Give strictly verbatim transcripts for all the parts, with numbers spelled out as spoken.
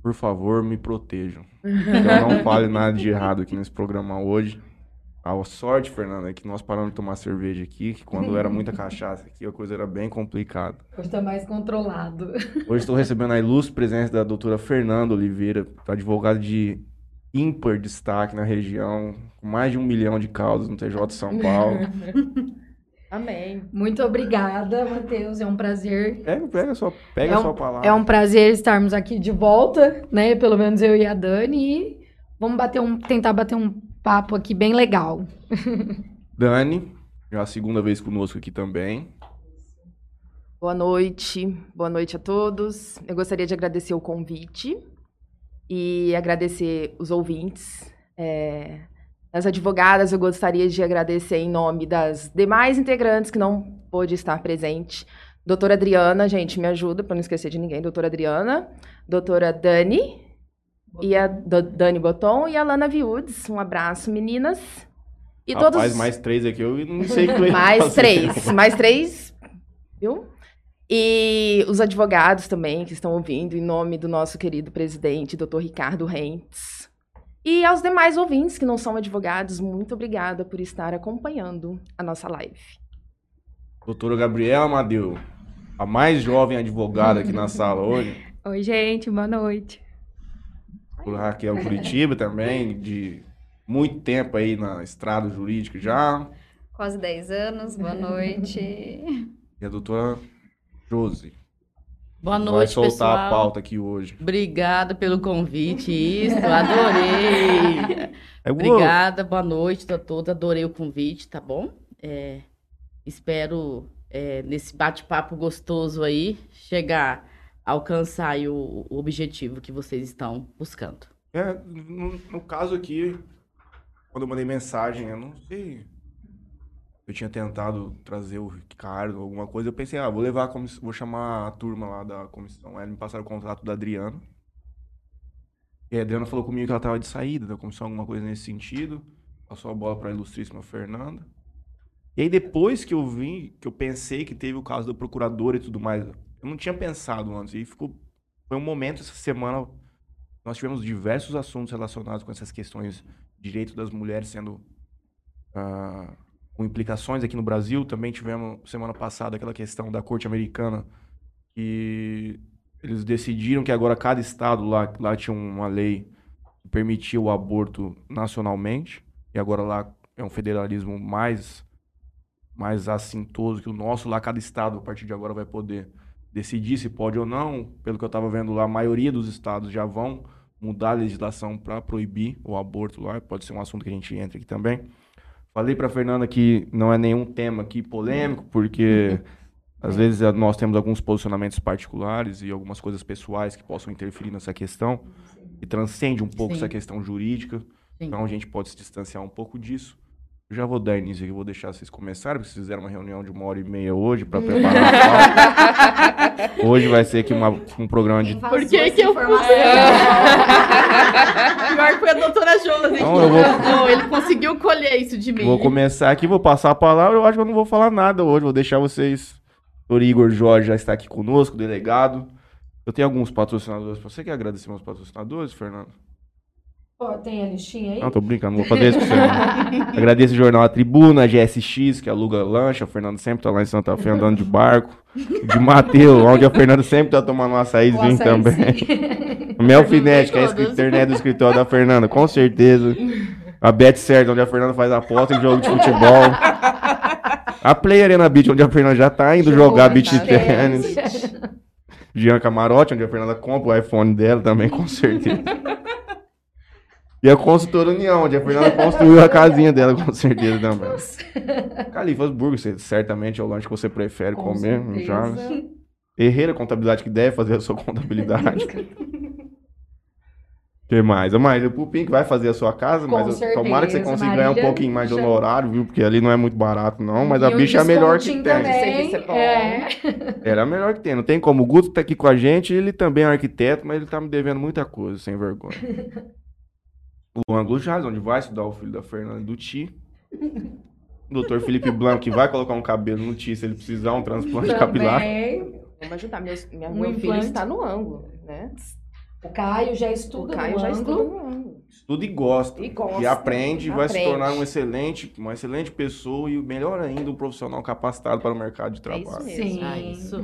por favor, me protejam. Que eu não fale nada de errado aqui nesse programa hoje. A sorte, Fernanda, é que nós paramos de tomar cerveja aqui, que quando era muita cachaça aqui, a coisa era bem complicada. Hoje tá mais controlado. Hoje estou recebendo a ilustre presença da doutora Fernanda Oliveira, advogada de ímpar destaque na região, com mais de um milhão de causas no T J de São Paulo. Amém. Muito obrigada, Matheus. É um prazer. Pega, pega, a sua, pega é a um, sua palavra. É um prazer estarmos aqui de volta, né? Pelo menos eu e a Dani. E vamos bater um, tentar bater um papo aqui bem legal. Dani, já a segunda vez conosco aqui também. Boa noite, boa noite a todos. Eu gostaria de agradecer o convite e agradecer os ouvintes. É, as advogadas, eu gostaria de agradecer em nome das demais integrantes que não pôde estar presente. Doutora Adriana, gente, me ajuda para não esquecer de ninguém. Doutora Adriana, doutora Dani, e a do, Dani Boton e a Lana Viudes. Um abraço, meninas. E Rapaz, todos... mais três aqui, eu não sei o que eu ia Mais fazer. três, mais três, viu? E os advogados também que estão ouvindo, em nome do nosso querido presidente, doutor Ricardo Rentes. E aos demais ouvintes que não são advogados, muito obrigada por estar acompanhando a nossa live. Doutora Gabriela Amadeu, a mais jovem advogada aqui na sala hoje. Oi, gente, boa noite. Por Raquel Curitiba também, de muito tempo aí na estrada jurídica já. Quase dez anos, boa noite. E a doutora Josi. Boa Vai noite, soltar pessoal. a pauta aqui hoje. Obrigada pelo convite, isso, adorei. É Obrigada, boa noite a todos, adorei o convite, tá bom? É, espero, é, nesse bate-papo gostoso aí, chegar a alcançar aí o, o objetivo que vocês estão buscando. É, no, no caso aqui, quando eu mandei mensagem, eu não sei... Eu tinha tentado trazer o Ricardo, alguma coisa. Eu pensei, ah, vou levar a comissão, vou chamar a turma lá da comissão. Aí me passaram o contrato da Adriana. E a Adriana falou comigo que ela estava de saída da comissão, alguma coisa nesse sentido. Passou a bola para a ilustríssima Fernanda. E aí depois que eu vim, que eu pensei que teve o caso da procuradora e tudo mais, eu não tinha pensado antes. E ficou, foi um momento essa semana, nós tivemos diversos assuntos relacionados com essas questões de direito das mulheres sendo... Uh, com implicações aqui no Brasil. Também tivemos, semana passada, aquela questão da Corte Americana, que eles decidiram que agora cada estado lá, lá tinha uma lei que permitia o aborto nacionalmente, e agora lá é um federalismo mais, mais assintoso que o nosso. Lá cada estado, a partir de agora, vai poder decidir se pode ou não. Pelo que eu estava vendo lá, a maioria dos estados já vão mudar a legislação para proibir o aborto lá. Pode ser um assunto que a gente entra aqui também. Falei para a Fernanda que não é nenhum tema aqui polêmico, porque às vezes nós temos alguns posicionamentos particulares e algumas coisas pessoais que possam interferir nessa questão, e transcende um pouco Sim. essa questão jurídica. Sim. Então a gente pode se distanciar um pouco disso. Eu já vou dar início aqui, vou deixar vocês começarem, porque vocês fizeram uma reunião de uma hora e meia hoje para preparar a pauta. Hoje vai ser aqui uma, um programa de... Por que que eu fui? Pior que foi a doutora Josi. Então, eu vou... Ele conseguiu colher isso de mim. Vou começar aqui, vou passar a palavra. Eu acho que eu não vou falar nada hoje, vou deixar vocês... O Igor Jorge já está aqui conosco, o delegado. Eu tenho alguns patrocinadores. Você quer agradecer meus patrocinadores, Fernando? Oh, tem a listinha aí? Não, tô brincando, não vou fazer isso com você. Não. Agradeço o Jornal A Tribuna, a G S X, que aluga lancha. O Fernando sempre tá lá em Santa Fé andando de barco. De Mateus, onde a Fernanda sempre tá tomando um açaizinho açaí, também. O Melfinete, que é a internet do escritório da Fernanda, com certeza. A Bet Certo, onde a Fernanda faz aposta em jogo de futebol. A Play Arena Beach, onde a Fernanda já tá indo Jogou jogar beach tênis. Jean Camarote, onde a Fernanda compra o iPhone dela também, com certeza. E a Consultora União, onde a Fernanda construiu a casinha dela, com certeza também. Califas Burgers, certamente é o lanche que você prefere com comer. Já. Herreira Contabilidade, que deve fazer a sua contabilidade. O que mais? Mais, o Pupim que vai fazer a sua casa, com mas certeza, tomara que você consiga Marília, ganhar um pouquinho mais de honorário, viu? Porque ali não é muito barato, não. Mas a bicha é a melhor que tem. É. Era a melhor que tem. Não tem como. O Guto tá aqui com a gente, ele também é arquiteto, mas ele tá me devendo muita coisa, sem vergonha. O Ângulo Jazz, onde vai estudar o filho da Fernanda do Ti. O doutor Felipe Blanco, que vai colocar um cabelo no Ti se ele precisar, um transplante também. capilar. Vamos ajudar. Meu, minha, um meu filho está no ângulo, né? O Caio já O estuda Caio no já ângulo. estuda no ângulo. Estuda e gosta. E gosta, E aprende, vai se aprende. tornar um excelente, uma excelente pessoa e, melhor ainda, um profissional capacitado para o mercado de É isso trabalho. mesmo. Sim. Ah, isso.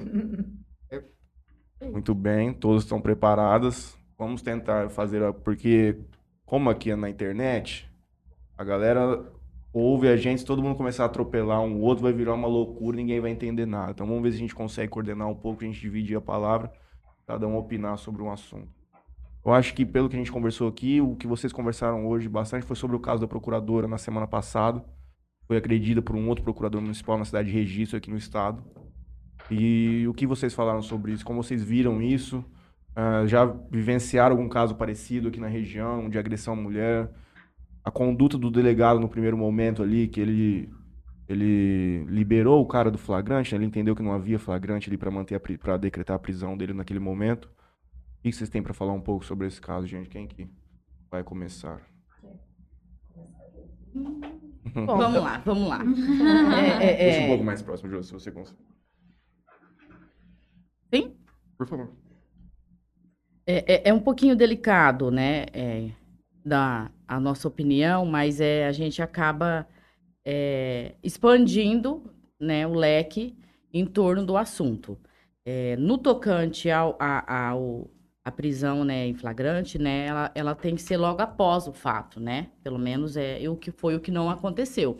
Muito bem, todos estão preparadas. Vamos tentar fazer, a- porque como aqui é na internet, a galera ouve a gente, se todo mundo começar a atropelar um outro, vai virar uma loucura, ninguém vai entender nada. Então vamos ver se a gente consegue coordenar um pouco, a gente dividir a palavra, cada um opinar sobre um assunto. Eu acho que pelo que a gente conversou aqui, o que vocês conversaram hoje bastante foi sobre o caso da procuradora na semana passada. Foi agredida por um outro procurador municipal na cidade de Registro, aqui no estado. E o que vocês falaram sobre isso? Como vocês viram isso? Ah, já vivenciaram algum caso parecido aqui na região, de agressão à mulher? A conduta do delegado no primeiro momento ali, que ele, ele liberou o cara do flagrante, né? Ele entendeu que não havia flagrante ali para manter para decretar a prisão dele naquele momento. O que vocês têm para falar um pouco sobre esse caso, gente? Quem que vai começar? Bom, Vamos lá, vamos lá. É, é, Puxa um é, pouco mais próximo, Jô, se você consegue. Sim? Por favor. É, é, é um pouquinho delicado, né? É, da a nossa opinião, mas é, a gente acaba é, expandindo, né, o leque em torno do assunto. É, no tocante ao, a, ao, a prisão, né, em flagrante, né, ela, ela tem que ser logo após o fato, né? Pelo menos é o que foi o que não aconteceu.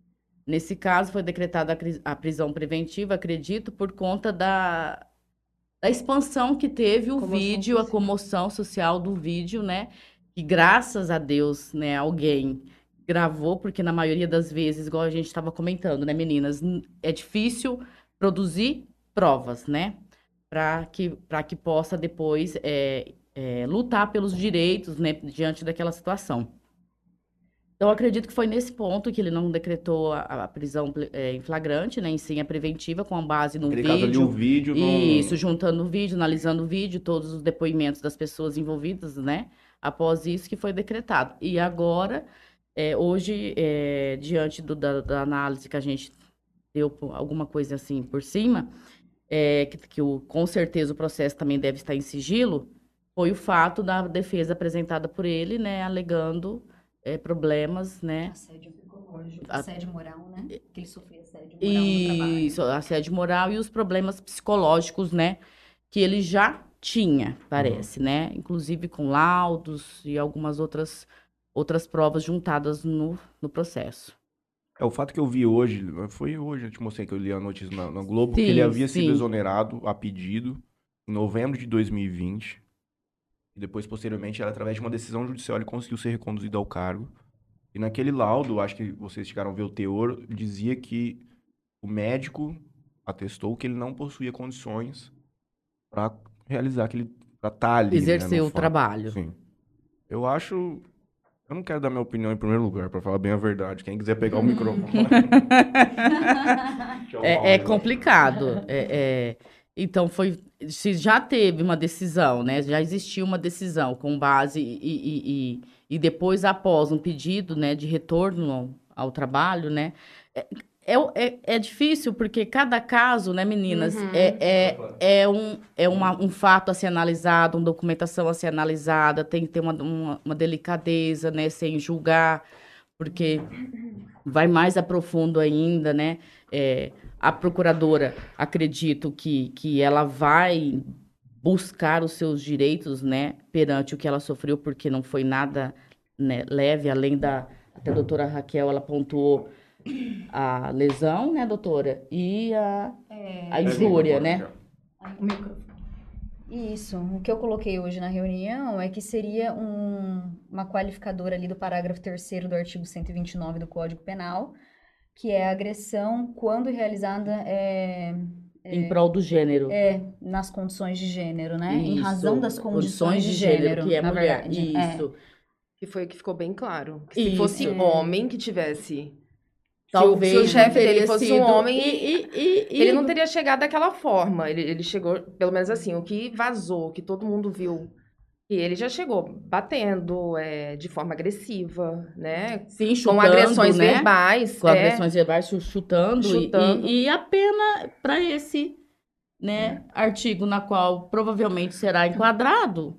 Nesse caso, foi decretada a, cri- a prisão preventiva, acredito, por conta da, da expansão que teve o Comoção vídeo, a social. comoção social do vídeo, né? E graças a Deus, né, alguém gravou, porque na maioria das vezes, igual a gente estava comentando, né, meninas, n- é difícil produzir provas, né? Para que, para que possa depois é, é, lutar pelos direitos, né, diante daquela situação. Então, eu acredito que foi nesse ponto que ele não decretou a, a prisão é, em flagrante, né, em sim a preventiva, com base no Naquele caso ali, o vídeo. vídeo não... Isso, juntando o vídeo, analisando o vídeo, todos os depoimentos das pessoas envolvidas, né? Após isso que foi decretado. E agora, é, hoje, é, diante do- da, da análise que a gente deu por- alguma coisa assim por cima, é, que, que o, com certeza o processo também deve estar em sigilo, foi o fato da defesa apresentada por ele, né? Alegando é, problemas, né? Assédio psicológico, A- assédio moral, né? Que ele sofria assédio moral no trabalho. Isso, assédio moral e os problemas psicológicos, né? Que ele já tinha, parece, né? Inclusive com laudos e algumas outras, outras provas juntadas no, no processo. É, o fato que eu vi hoje, foi hoje, eu te mostrei que eu li a notícia na, na Globo, que Sim, ele havia sido sim. exonerado a pedido em novembro de dois mil e vinte. E depois, posteriormente, através de uma decisão judicial, ele conseguiu ser reconduzido ao cargo. E naquele laudo, acho que vocês chegaram a ver o teor, dizia que o médico atestou que ele não possuía condições para realizar aquele, para estar ali, né, Exercer no o fato. trabalho. Sim. Eu acho. Eu não quero dar minha opinião em primeiro lugar, para falar bem a verdade. Quem quiser pegar o microfone. É, é complicado. É, é, então, foi, se já teve uma decisão, né? Já existiu uma decisão com base e, e, e, e depois, após um pedido, né, de retorno ao, ao trabalho, né? É, é, é, é difícil, porque cada caso, né, meninas, Uhum. é, é, é, um, é uma, um fato a ser analisado, uma documentação a ser analisada, tem que ter uma, uma, uma delicadeza, né, sem julgar, porque vai mais a profundo ainda, né? É, a procuradora, acredito que, que ela vai buscar os seus direitos, né, perante o que ela sofreu, porque não foi nada, né, leve, além da... Até a doutora Raquel, ela pontuou a lesão, né, doutora? E a, a injúria, né? O microfone. Isso. O que eu coloquei hoje na reunião é que seria um- uma qualificadora ali do parágrafo terceiro do artigo cento e vinte e nove do Código Penal, que é a agressão quando realizada é, Em prol do gênero. é, nas condições de gênero, né? Em Isso, razão das condições, de gênero, que é na mulher. verdade. É. Isso. Que foi o que ficou bem claro. Que se Isso. fosse homem que tivesse. Talvez se o, se o chefe não teria dele fosse sido- um homem, e, e- e- ele e- não teria chegado daquela forma. Ele, ele chegou, pelo menos assim, o que vazou, que todo mundo viu. E ele já chegou batendo é, de forma agressiva, né? Sim, Com chutando, agressões né? verbais. Com é. agressões verbais, chu- chutando, e- Chutando. E, e a pena para esse, né, artigo na qual provavelmente será enquadrado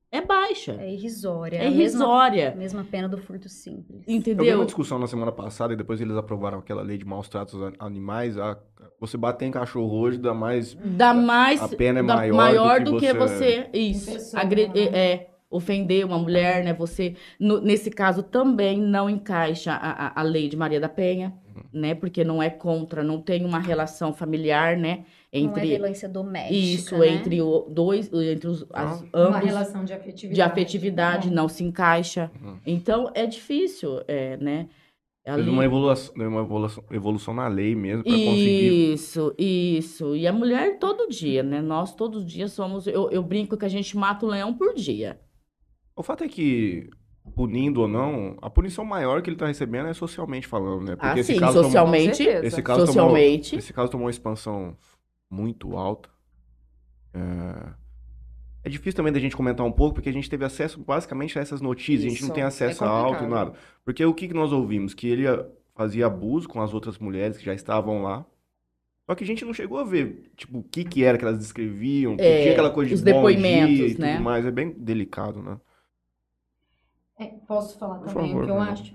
é baixa. É irrisória. É a mesma- irrisória. A mesma pena do furto simples. Eu vi Entendeu? uma discussão na semana passada e depois eles aprovaram aquela lei de maus tratos aos animais. A- você bater em cachorro hoje dá mais... Dá mais. A pena é dá maior maior do do que que você- você. Isso. Em pessoa, agre- né? é, ofender uma mulher, né? Você, no- nesse caso, também não encaixa a, a, a lei de Maria da Penha, né? Porque não é contra, não tem uma relação familiar, né? Não é Entre. violência doméstica, Isso, né? entre o dois, entre os as- Ah. Uma ambos relação de afetividade. de afetividade, Bom, não se encaixa. Uhum. Então é difícil, é, né? Teve Ali- uma evolução, uma evolução, evolução na lei mesmo pra conseguir... Isso, isso. E a mulher todo dia, né? Nós todos os dias somos. Eu, eu brinco que a gente mata o leão por dia. O fato é que, punindo ou não, a punição maior que ele tá recebendo é socialmente falando, né? Ah, esse sim, caso tomou- socialmente. Com certeza. esse caso tomou, Socialmente. esse caso tomou uma expansão muito alta. É... é difícil também da gente comentar um pouco, porque a gente teve acesso basicamente a essas notícias, a gente não Isso, tem acesso é a auto e complicado. nada. Porque o que que nós ouvimos? Que ele fazia abuso com as outras mulheres que já estavam lá. Só que a gente não chegou a ver, tipo, o que que era que elas descreviam, que É, tinha aquela coisa de os bom depoimentos, dia e tudo né? mais. É bem delicado, né? É, posso falar Por também favor, o que eu Bruno. acho?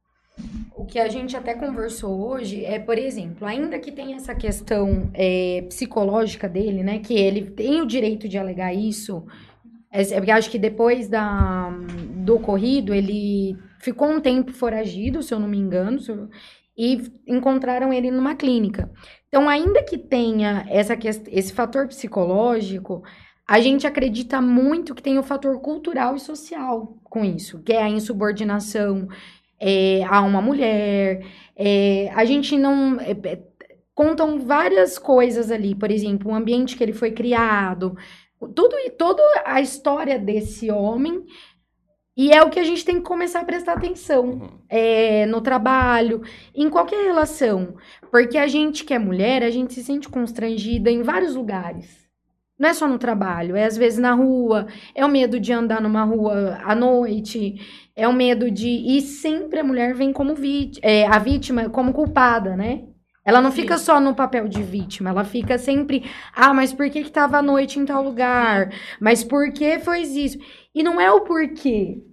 O que a gente até conversou hoje é, por exemplo, ainda que tenha essa questão é, psicológica dele, né? Que ele tem o direito de alegar isso. É, é porque eu acho que depois da, do ocorrido, ele ficou um tempo foragido, se eu não me engano, se eu- e encontraram ele numa clínica. Então, ainda que tenha essa quest- esse fator psicológico, a gente acredita muito que tem o fator cultural e social com isso, que é a insubordinação é, a uma mulher. É, a gente não. é, é, contam várias coisas ali, por exemplo, o ambiente que ele foi criado, tudo e toda a história desse homem. E é o que a gente tem que começar a prestar atenção Uhum. é, no trabalho, em qualquer relação. Porque a gente que é mulher, a gente se sente constrangida em vários lugares. Não é só no trabalho, é às vezes na rua, é o medo de andar numa rua à noite, é o medo de... E sempre a mulher vem como vítima, é, a vítima como culpada, né? Ela não fica só no papel de vítima, ela fica sempre... Ah, mas por que que tava à noite em tal lugar? Mas por que foi isso? E não é o porquê.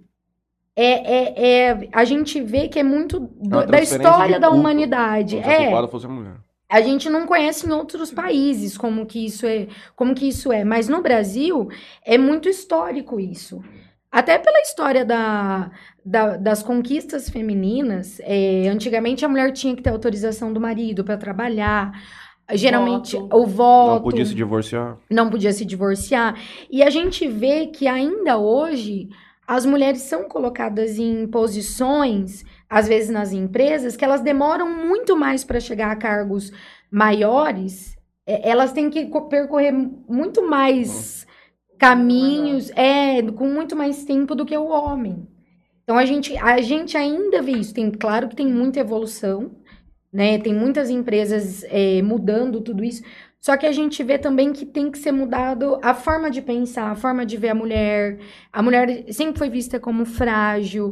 É, é, é, a gente vê que é muito É uma do- da transferência história de da culpa, humanidade. como se a É, culpada fosse a mulher. a gente não conhece em outros países como que isso é, como que isso é, mas no Brasil é muito histórico isso. Até pela história da, da- das conquistas femininas, é, antigamente a mulher tinha que ter autorização do marido para trabalhar. Geralmente Voto. o voto Não podia se divorciar. não podia se divorciar. E a gente vê que ainda hoje as mulheres são colocadas em posições, às vezes nas empresas, que elas demoram muito mais para chegar a cargos maiores. É, Elas têm que co- percorrer muito mais caminhos, é, com muito mais tempo do que o homem. Então a gente, a gente ainda vê isso. Tem, claro que tem muita evolução, né? Tem muitas empresas é, mudando tudo isso. Só que a gente vê também que tem que ser mudado a forma de pensar, a forma de ver a mulher. A mulher sempre foi vista como frágil,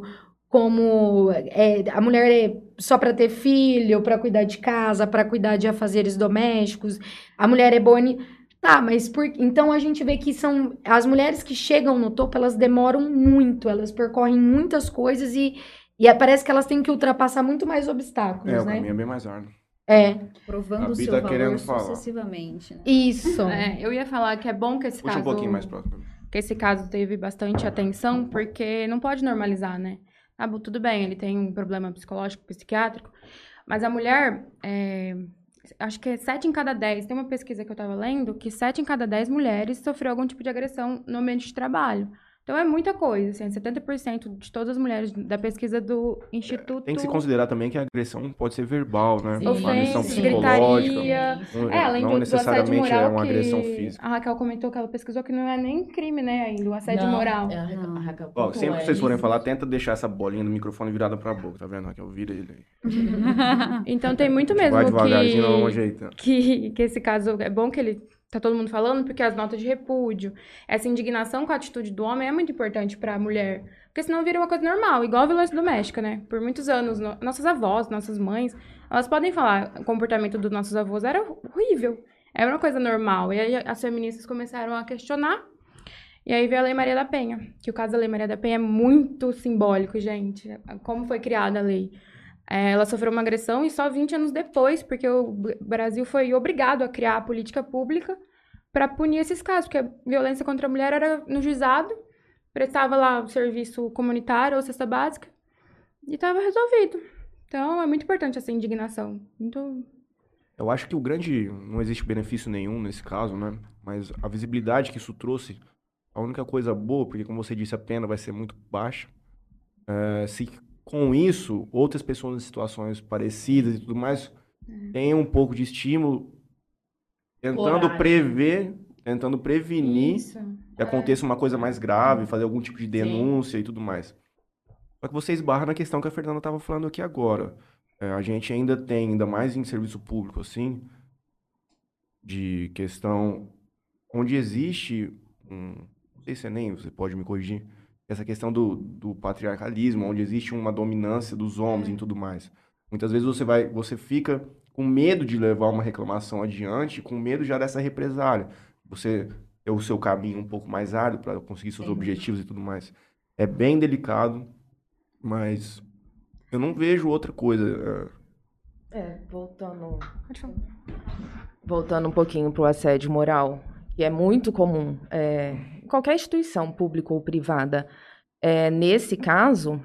como é, a mulher é só para ter filho, para cuidar de casa, para cuidar de afazeres domésticos. A mulher é boa. ni- Tá, mas por... então a gente vê que são as mulheres que chegam no topo, elas demoram muito, elas percorrem muitas coisas e, e parece que elas têm que ultrapassar muito mais obstáculos, É, o né? caminho é bem mais árduo. É, Provando A o Bi seu tá valor querendo falar. sucessivamente, né? isso. É, eu ia falar que é bom que esse Puxa caso um pouquinho mais próximo. que esse caso teve bastante atenção, porque não pode normalizar, né? Ah, bom, tudo bem, ele tem um problema psicológico, psiquiátrico, mas a mulher, é, acho que é sete em cada dez, tem uma pesquisa que eu estava lendo, que sete em cada dez mulheres sofreu algum tipo de agressão no ambiente de trabalho. Então é muita coisa, assim, setenta por cento de todas as mulheres da pesquisa do Instituto... Tem que se considerar também que a agressão pode ser verbal, né? Sim. Uma agressão Ofensa, psicológica. gritaria. Não, É, além não do, do assédio necessariamente moral é uma que agressão física. a Raquel comentou que ela pesquisou que não é nem crime, né, ainda, o assédio Não, moral. é a Raquel- a Raquel Ó, pontuou, sempre que é vocês forem isso. falar, tenta deixar essa bolinha do microfone virada pra boca, tá vendo? Raquel, vira ele aí. Então tem muito Vai mesmo devagarzinho, nós vamos que, ajeitando. que, que esse caso é bom que ele tá todo mundo falando, porque as notas de repúdio, essa indignação com a atitude do homem é muito importante pra mulher, porque senão vira uma coisa normal, igual a violência doméstica, né? Por muitos anos, no- nossas avós, nossas mães, elas podem falar, o comportamento dos nossos avós era horrível, era uma coisa normal, e aí as feministas começaram a questionar, E aí veio a Lei Maria da Penha, que o caso da Lei Maria da Penha é muito simbólico, gente. Como foi criada a lei? É, ela sofreu uma agressão e só vinte anos depois, porque o Brasil foi obrigado a criar a política pública para punir esses casos, porque a violência contra a mulher era no juizado, prestava lá o serviço comunitário ou cesta básica e estava resolvido. Então, é muito importante essa indignação. Muito... Eu acho que o grande... Não existe benefício nenhum nesse caso, né? Mas a visibilidade que isso trouxe, a única coisa boa, porque como você disse, a pena vai ser muito baixa. É, se com isso, outras pessoas em situações parecidas e tudo mais, é. tenham um pouco de estímulo, tentando Coragem. prever, tentando prevenir isso. que aconteça é. uma coisa mais grave, fazer algum tipo de denúncia Sim. e tudo mais. Só que você esbarra na questão que a Fernanda estava falando aqui agora. É, a gente ainda tem, ainda mais em serviço público, assim, de questão onde existe um... Não sei se é nem, você pode me corrigir. Essa questão do, do patriarcalismo, onde existe uma dominância dos homens e tudo mais. Muitas vezes você vai, você fica com medo de levar uma reclamação adiante, com medo já dessa represália. Você ter o seu caminho um pouco mais árduo para conseguir seus Sim. objetivos e tudo mais. É bem delicado, mas eu não vejo outra coisa. É, voltando... Voltando um pouquinho para o assédio moral, que é muito comum é, em qualquer instituição, pública ou privada. É, nesse caso,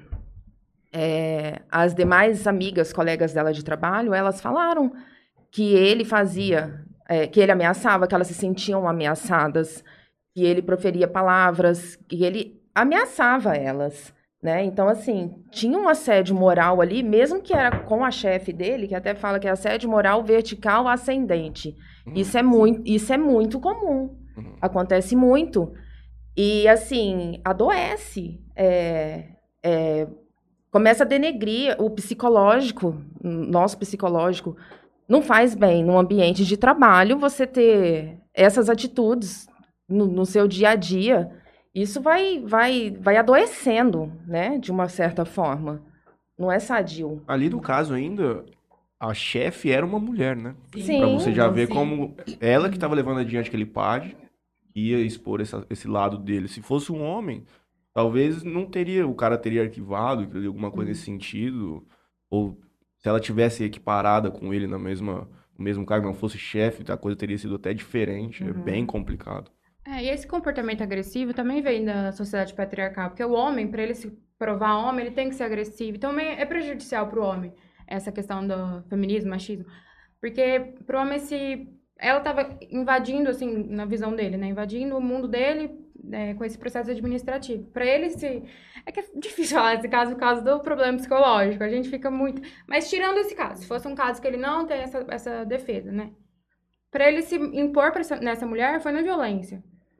é, as demais amigas, colegas dela de trabalho, elas falaram que ele fazia, é, que ele ameaçava, que elas se sentiam ameaçadas, que ele proferia palavras, que ele ameaçava elas, né? Então, assim, tinha um assédio moral ali, mesmo que era com a chefe dele, que até fala que é assédio moral vertical ascendente. Isso é muito, isso é muito comum. Acontece muito. E, assim, adoece. É, é, começa a denegrir o psicológico, nosso psicológico. Não faz bem no ambiente de trabalho você ter essas atitudes no, no seu dia a dia. Isso vai, vai, vai adoecendo, né? De uma certa forma. Não é sadio. Ali no caso ainda... A chefe era uma mulher, né? Sim. Pra você já ver sim. como ela que estava levando adiante aquele pádio ia expor essa, esse lado dele. Se fosse um homem, talvez não teria, o cara teria arquivado, alguma coisa nesse sentido. Ou se ela tivesse equiparada com ele na mesma, no mesmo cargo, não fosse chefe, a coisa teria sido até diferente. Uhum. É bem complicado. É, e esse comportamento agressivo também vem da sociedade patriarcal, porque o homem, para ele se provar homem, ele tem que ser agressivo. Então é prejudicial pro homem. Essa questão do feminismo, machismo, porque pro homem se... Ela tava invadindo, assim, na visão dele, né? Invadindo o mundo dele é, com esse processo administrativo. Pra ele se... É que é difícil falar desse caso por causa do problema psicológico, a gente fica muito... Mas tirando esse caso, se fosse um caso que ele não tem essa, essa defesa, né? Pra ele se impor pra essa, nessa mulher foi na violência.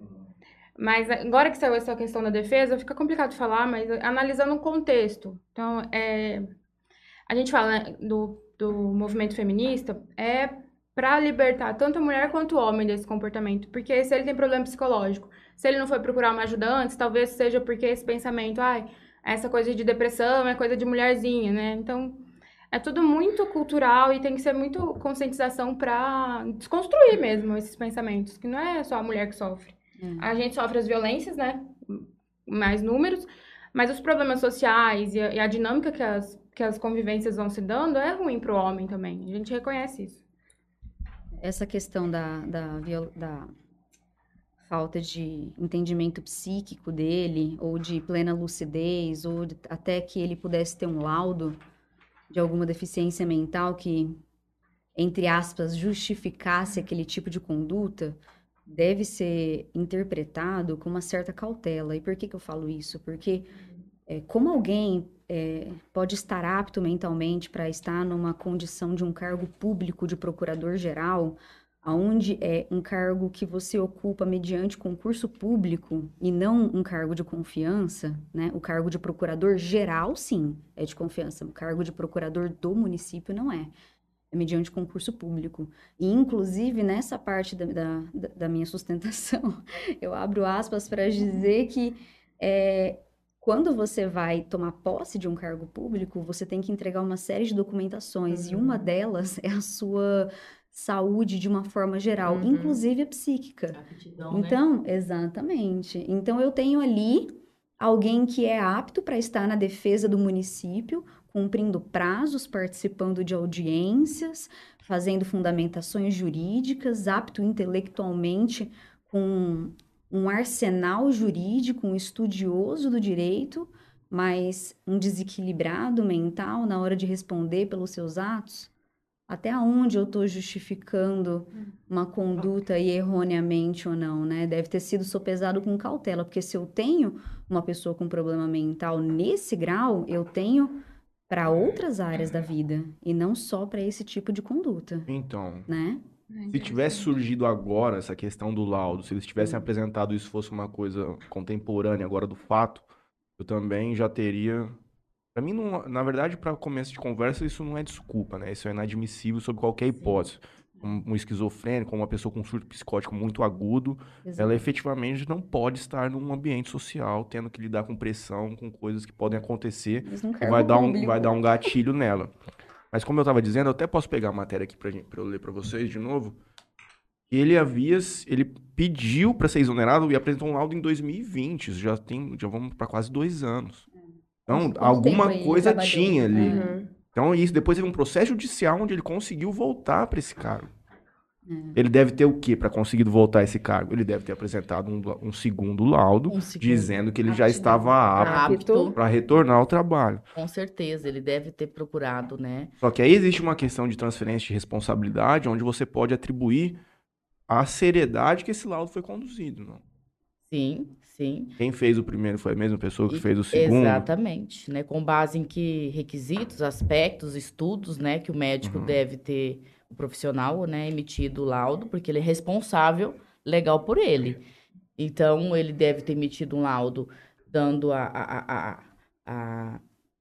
Mas agora que saiu essa questão da defesa, fica complicado falar, mas analisando o contexto. Então, é... A gente fala, né, do, do movimento feminista, é para libertar tanto a mulher quanto o homem desse comportamento. Porque se ele tem problema psicológico, se ele não foi procurar uma ajuda antes, talvez seja porque esse pensamento, ai, essa coisa de depressão é coisa de mulherzinha, né? Então, é tudo muito cultural e tem que ser muito conscientização para desconstruir mesmo esses pensamentos, que não é só a mulher que sofre. Hum. A gente sofre as violências, né? Mais números, mas os problemas sociais e a, e a dinâmica que as que as convivências vão se dando, é ruim para o homem também. A gente reconhece isso. Essa questão da, da, da falta de entendimento psíquico dele, ou de plena lucidez, ou de, até que ele pudesse ter um laudo de alguma deficiência mental que, entre aspas, justificasse aquele tipo de conduta, deve ser interpretado com uma certa cautela. E por que que eu falo isso? Porque é, como alguém é, pode estar apto mentalmente para estar numa condição de um cargo público de procurador-geral, onde é um cargo que você ocupa mediante concurso público e não um cargo de confiança, né? O cargo de procurador-geral, sim, é de confiança. O cargo de procurador do município não é. É mediante concurso público. E, inclusive, nessa parte da, da, da minha sustentação, eu abro aspas para dizer que é, quando você vai tomar posse de um cargo público, você tem que entregar uma série de documentações, uhum. e uma delas é a sua saúde de uma forma geral, Uhum. inclusive a psíquica. Aptidão, né? Então, exatamente. Então, eu tenho ali alguém que é apto para estar na defesa do município, cumprindo prazos, participando de audiências, fazendo fundamentações jurídicas, apto intelectualmente, com um arsenal jurídico, um estudioso do direito, mas um desequilibrado mental na hora de responder pelos seus atos. Até onde eu estou justificando uma conduta aí erroneamente ou não, né? Deve ter sido sopesado com cautela, porque se eu tenho uma pessoa com problema mental nesse grau, eu tenho para outras áreas da vida e não só para esse tipo de conduta, Então, né? se tivesse surgido agora essa questão do laudo, se eles tivessem apresentado isso fosse uma coisa contemporânea agora do fato, eu também já teria. Pra mim, não, na verdade, para começo de conversa, isso não é desculpa, né? Isso é inadmissível sob qualquer hipótese. Um, um esquizofrênico, uma pessoa com um surto psicótico muito agudo, Exato. ela efetivamente não pode estar num ambiente social, tendo que lidar com pressão, com coisas que podem acontecer, Mas num que cargo vai dar um, público. vai dar um gatilho nela. Mas como eu estava dizendo, eu até posso pegar a matéria aqui para eu ler para vocês de novo. Ele havia, ele pediu para ser exonerado e apresentou um laudo em dois mil e vinte. Já tem, já vamos para quase dois anos. Então, Quanto alguma tempo aí ele coisa trabalhou? tinha ali. Uhum. Então, isso depois teve um processo judicial onde ele conseguiu voltar para esse cargo. É. Ele deve ter o quê para conseguir voltar a esse cargo? Ele deve ter apresentado um, um segundo laudo Um segundo. dizendo que ele já Aptidão. estava apto Apto, para retornar ao trabalho. com certeza, ele deve ter procurado, né? Só que aí existe uma questão de transferência de responsabilidade onde você pode atribuir a seriedade que esse laudo foi conduzido. Não? Sim, sim. Quem fez o primeiro foi a mesma pessoa que E- fez o segundo. Exatamente, né? Com base em que requisitos, aspectos, estudos, né? Que o médico Uhum. deve ter, o profissional, né? Emitido o laudo, porque ele é responsável legal por ele. Então, ele deve ter emitido um laudo dando a, a, a, a,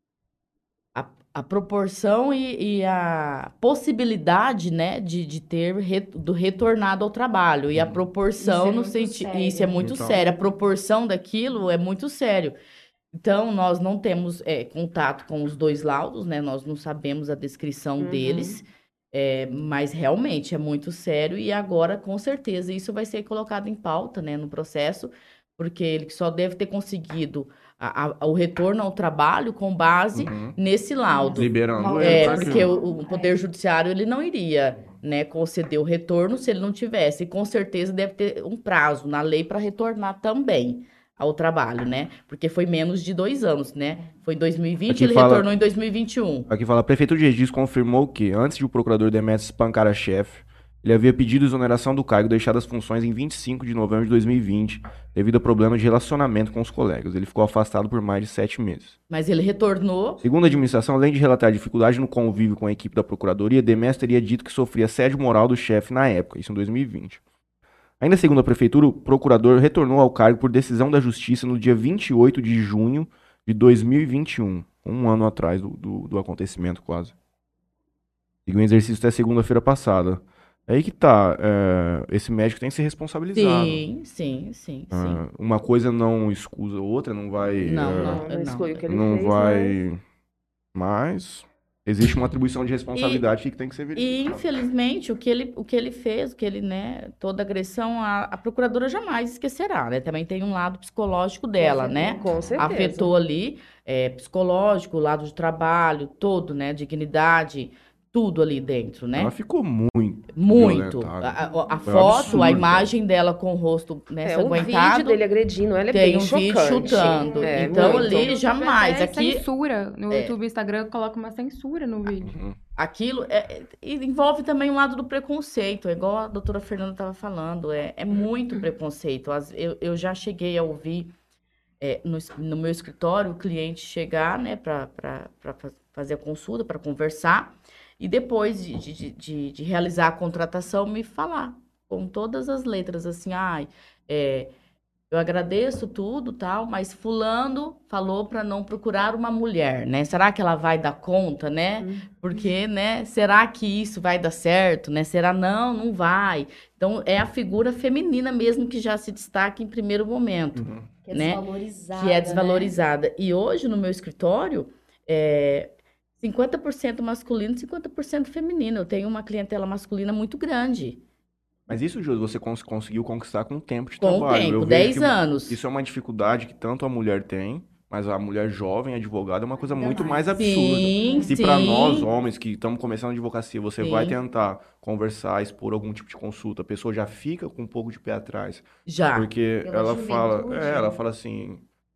a, a proporção e, e a possibilidade, né? De, de ter re, do retornado ao trabalho. E a Uhum. proporção Isso é no muito sentido... sério. Isso é muito Então. sério. A proporção daquilo é muito sério. Então, nós não temos é, contato com os dois laudos, né? Nós não sabemos a descrição Uhum. deles. É, mas realmente é muito sério e agora, com certeza, isso vai ser colocado em pauta, né, no processo, porque ele só deve ter conseguido a- a- o retorno ao trabalho com base Uhum. nesse laudo. Liberando É, ele. pra porque aquilo. o, o Poder Judiciário, ele não iria, né, conceder o retorno se ele não tivesse. E com certeza deve ter um prazo na lei para retornar também ao trabalho, né? Porque foi menos de dois anos, né? Foi em dois mil e vinte, Aqui ele fala- retornou em dois mil e vinte e um. Aqui fala, a Prefeitura de Regis confirmou que, antes de o procurador Demetrios espancar a chefe, ele havia pedido exoneração do cargo e deixado as funções em vinte e cinco de novembro de dois mil e vinte, devido a problemas de relacionamento com os colegas. Ele ficou afastado por mais de sete meses. Mas ele retornou. Segundo a administração, além de relatar dificuldade no convívio com a equipe da Procuradoria, Demetrios teria dito que sofria assédio moral do chefe na época, isso em dois mil e vinte. Ainda segundo a Prefeitura, o procurador retornou ao cargo por decisão da Justiça no dia vinte e oito de junho de dois mil e vinte e um, um ano atrás do, do, do acontecimento quase. Seguiu em exercício até segunda-feira passada. É aí que tá, é, esse médico tem que ser responsabilizado. Sim, sim, sim, sim. Ah, uma coisa não excusa a outra, não vai... Não, é, não, Não, não exclui o que ele não fez, vai... né? Mas existe uma atribuição de responsabilidade que tem que ser E, verificada. infelizmente, o que ele, o que ele fez, o que ele, né, toda agressão, a, a procuradora jamais esquecerá, né? Também tem um lado psicológico dela, né? Com certeza. Afetou ali, é, psicológico, o lado de trabalho, todo, né? Dignidade, tudo ali dentro, né? Ela ficou muito Muito. violentada. A, a- a Foi um foto, absurdo, a cara. imagem dela com o rosto, né, É, o vídeo sanguentado, dele agredindo ela é tem bem um vídeo chocante. chutando. É, Então, muito. ali, No YouTube jamais. até Aqui, censura. No É. YouTube e Instagram coloca uma censura no vídeo. Uhum. aquilo é- é- e envolve também um lado do preconceito, é igual a doutora Fernanda estava falando, é, é muito preconceito. As- Eu, eu já cheguei a ouvir é, no, es- no meu escritório o cliente chegar, né, para fazer a consulta, para conversar, e depois de, de, de, de realizar a contratação, me falar com todas as letras, assim, ai, é, eu agradeço tudo, tal, mas fulano falou para não procurar uma mulher, né? Será que ela vai dar conta, né? Porque, né? Será que isso vai dar certo, né? Será não, não vai. Então é a figura feminina mesmo que já se destaca em primeiro momento, Uhum. Que é né? desvalorizada, que é né? desvalorizada. E hoje no meu escritório, é, cinquenta por cento masculino, cinquenta por cento feminino. Eu tenho uma clientela masculina muito grande. Mas isso, Josi, você cons- conseguiu conquistar com o tempo de Com o trabalho. tempo, Eu vejo dez que anos. Isso é uma dificuldade que tanto a mulher tem, mas a mulher jovem, advogada, é uma coisa Ainda muito mais. mais absurda. Sim, Se sim. para nós, homens, que estamos começando a advocacia, você vai Sim. tentar conversar, expor algum tipo de consulta, a pessoa já fica com um pouco de pé atrás. Já. Porque Pela ela fala, juventude. é, ela fala assim,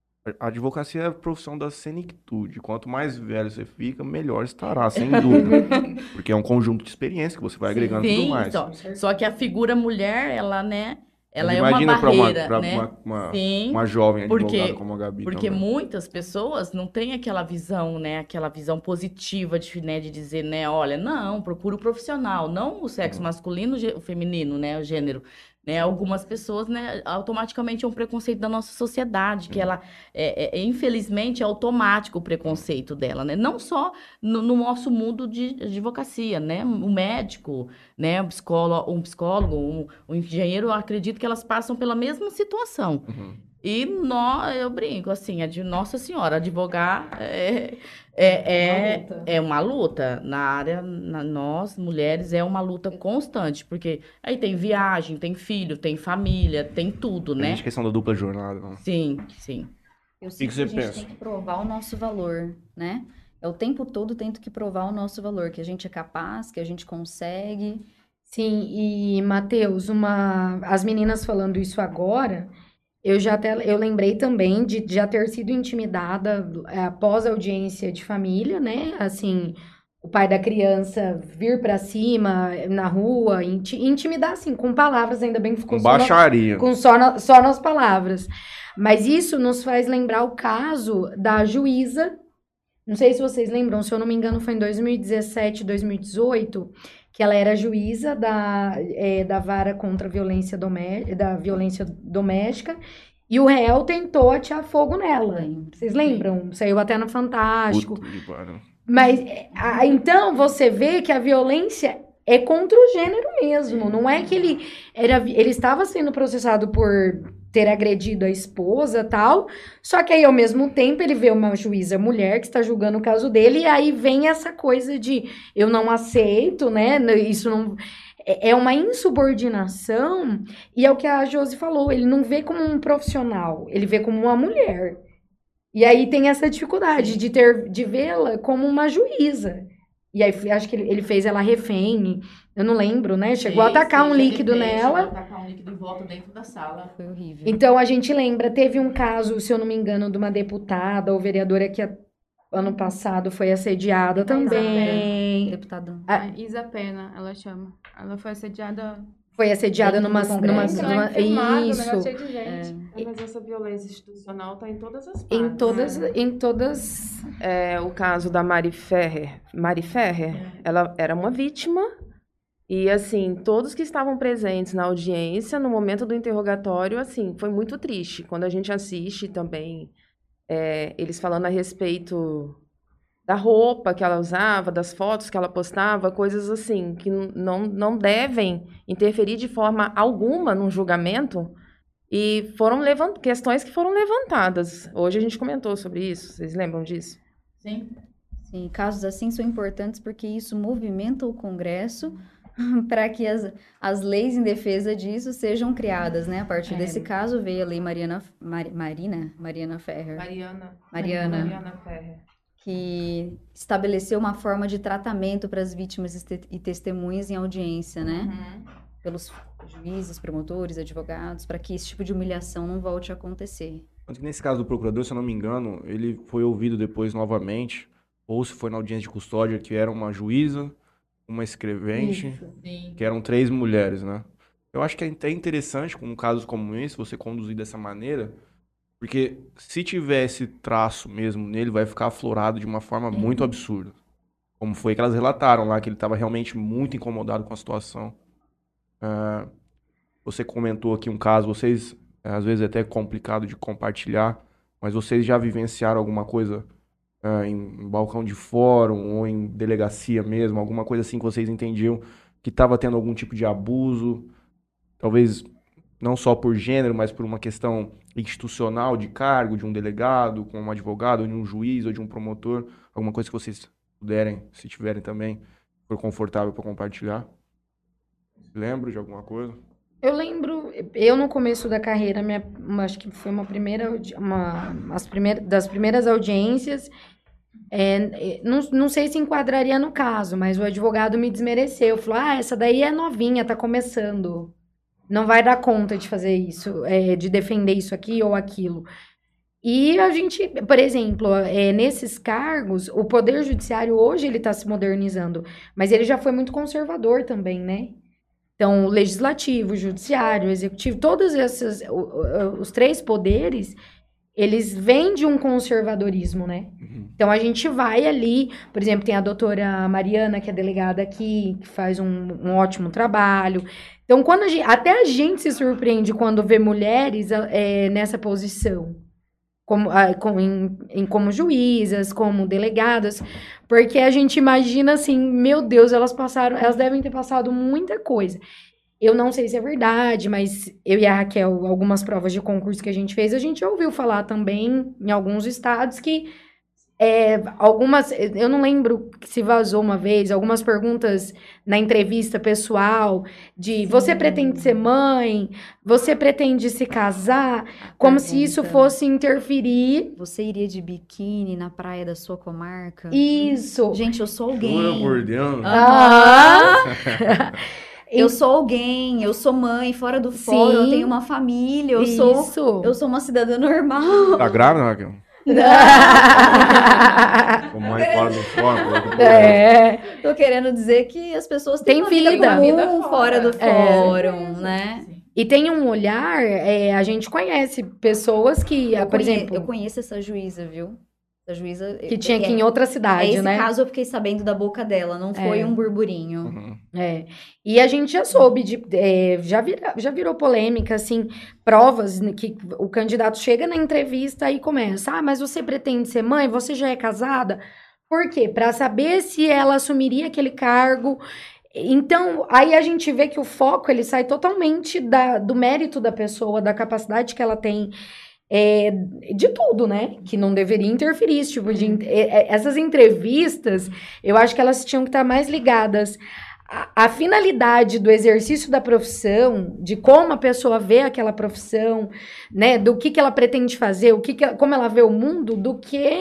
a advocacia é a profissão da senectude. Quanto mais velho você fica, melhor estará, sem dúvida. Porque é um conjunto de experiência que você vai agregando e tudo Sim, mais. só, só que a figura mulher, ela, né, ela Mas é uma imagina pra uma, barreira, pra né? uma, uma, Sim, uma jovem porque- advogada como a Gabi porque também. muitas pessoas não têm aquela visão, né, aquela visão positiva de, né, de dizer, né, olha, não, procura o profissional, não o sexo Uhum. masculino, o feminino, né, o gênero. Né, algumas pessoas, né, automaticamente é um preconceito da nossa sociedade, que Uhum. ela, é, é- infelizmente, é automático o preconceito dela, né? Não só no, no nosso mundo de advocacia, né? O médico, né, um psicólogo, um, psicólogo um, um engenheiro, eu acredito que elas passam pela mesma situação. Uhum. E nó, eu brinco, assim, a de Nossa Senhora, advogar é, é, é, Uma luta. é uma luta. Na área, na- nós, mulheres, é uma luta constante, porque aí tem viagem, tem filho, tem família, tem tudo, Tem né? gente questão da dupla jornada. Não. Sim, sim. Eu que sinto que, você a gente pensa? tem que provar o nosso valor, né? É o tempo todo tento que provar o nosso valor, que a gente é capaz, que a gente consegue. Sim, e Matheus, uma, as meninas falando isso agora, eu já até, eu lembrei também de já ter sido intimidada é, após a audiência de família, né? Assim, o pai da criança vir pra cima na rua, inti- intimidar assim, com palavras, ainda bem que ficou Com só na- baixaria. com só, na- só nas palavras. Mas isso nos faz lembrar o caso da juíza. Não sei se vocês lembram, se eu não me engano, foi em dois mil e dezessete, dois mil e dezoito, que ela era juíza da, é, da vara contra a violência, domé da violência doméstica e o réu tentou atear fogo nela. Lembro. Vocês lembram? Saiu até no Fantástico. Puta que pariu. Mas é, a- então você vê que a violência é contra o gênero mesmo. Não é que ele era, vi- ele estava sendo processado por ter agredido a esposa, tal. Só que aí ao mesmo tempo ele vê uma juíza mulher que está julgando o caso dele e aí vem essa coisa de eu não aceito, né? Isso não é é uma insubordinação e é o que a Josi falou, ele não vê como um profissional, ele vê como uma mulher. E aí tem essa dificuldade de ter de vê-la como uma juíza. E aí f- acho que ele, ele fez ela refém, eu não lembro, né? Chegou a Sim, atacar sim, um já líquido tentei, chegou a nela. atacar um líquido em volta dentro da sala. Foi horrível. Então a gente lembra, teve um caso, se eu não me engano, de uma deputada ou vereadora que a- ano passado foi assediada também. Deputado. Ah, É, Isa Pena, ela chama. Ela foi assediada. Foi assediada Dentro numa, do Congresso. numa, Entra numa lá, enfilmado, o isso. negócio cheio de gente. É, mas essa violência institucional tá em todas as partes. Em todas, em todas. É, o caso da Mari Ferrer. Mari Ferrer, ela era uma vítima. E, assim, todos que estavam presentes na audiência, no momento do interrogatório, assim, foi muito triste. Quando a gente assiste também, é, eles falando a respeito da roupa que ela usava, das fotos que ela postava, coisas assim, que n- não, não devem interferir de forma alguma num julgamento. E foram levant... questões que foram levantadas. Hoje a gente comentou sobre isso. Vocês lembram disso? Sim. Sim, casos assim são importantes porque isso movimenta o Congresso para que as, as leis em defesa disso sejam criadas, né? A partir É. desse caso veio a lei Mariana, Mari- Marina, Mariana Ferrer, Mariana. Mariana. Mariana Ferrer. que estabeleceu uma forma de tratamento para as vítimas e te- e testemunhas em audiência, né? Uhum. Pelos juízes, promotores, advogados, para que esse tipo de humilhação não volte a acontecer. Tanto que nesse caso do procurador, se eu não me engano, ele foi ouvido depois novamente, ou se foi na audiência de custódia, que era uma juíza, uma escrevente, Sim. que eram três mulheres, né? Eu acho que é até interessante, com um caso como esse, você conduzir dessa maneira, porque se tiver esse traço mesmo nele, vai ficar aflorado de uma forma muito absurda. Como foi que elas relataram lá, que ele estava realmente muito incomodado com a situação. Ah, você comentou aqui um caso, vocês, eh, às vezes é até complicado de compartilhar, mas vocês já vivenciaram alguma coisa ah, em, em balcão de fórum ou em delegacia mesmo, alguma coisa assim que vocês entendiam que estava tendo algum tipo de abuso, talvez não só por gênero, mas por uma questão institucional de cargo, de um delegado, com um advogado, ou de um juiz, ou de um promotor, alguma coisa que vocês puderem, se tiverem também, for confortável para compartilhar. Lembro de alguma coisa? Eu lembro, eu no começo da carreira, minha, uma- acho que foi uma primeira, audi- uma, as primeiras, das primeiras audiências, é, é, não, não sei se enquadraria no caso, mas o advogado me desmereceu, falou, ah, essa daí é novinha, tá começando, não vai dar conta de fazer isso, é, de defender isso aqui ou aquilo. E a gente, por exemplo, é, nesses cargos, o Poder Judiciário hoje ele está se modernizando, mas ele já foi muito conservador também, né? Então, o legislativo, o judiciário, o executivo, todos esses, o- o- os três poderes, eles vêm de um conservadorismo, né? Uhum. Então, a gente vai ali, por exemplo, tem a doutora Mariana, que é delegada aqui, que faz um, um ótimo trabalho. Então, quando a gente, até a gente se surpreende quando vê mulheres é, nessa posição. Como, ah, com- em, em- como juízas, como delegadas, porque a gente imagina assim, meu Deus, elas passaram, elas devem ter passado muita coisa. Eu não sei se é verdade, mas eu e a Raquel, algumas provas de concurso que a gente fez, a gente ouviu falar também em alguns estados que é, algumas, eu não lembro se vazou uma vez, algumas perguntas na entrevista pessoal de você Sim. pretende ser mãe, você pretende se casar, como se isso Pergunta. fosse interferir. Você iria de biquíni na praia da sua comarca? Isso. Gente, eu sou Jura alguém. por Deus. Ah. Eu sou alguém, eu sou mãe, fora do fórum, eu Sim. tenho uma família, eu sou, Isso. eu sou uma cidadã normal. Tá grávida, Raquel? Com mãe fora do fórum. É. Tô querendo dizer que as pessoas têm Tem uma vida, vida. comum Vida fora fora. do É. fórum, né? E tem um olhar, é, a gente conhece pessoas que, Eu, por conhe- exemplo, eu conheço essa juíza, viu? Essa juíza... que tinha aqui é, em outra é cidade, esse né? caso eu fiquei sabendo da boca dela, não foi É. um burburinho. Uhum. É. E a gente já soube de, é, já, vira, já virou polêmica, assim, provas né, que o candidato chega na entrevista e começa, ah, mas você pretende ser mãe? Você já é casada? Por quê? Para saber se ela assumiria aquele cargo. Então, aí a gente vê que o foco, ele sai totalmente da, do mérito da pessoa, da capacidade que ela tem, é, de tudo, né? Que não deveria interferir, esse tipo de... en- é, é, essas entrevistas, eu acho que elas tinham que estar mais ligadas à, à finalidade do exercício da profissão, de como a pessoa vê aquela profissão, né? Do que, que ela pretende fazer, o que que ela- como ela vê o mundo, do que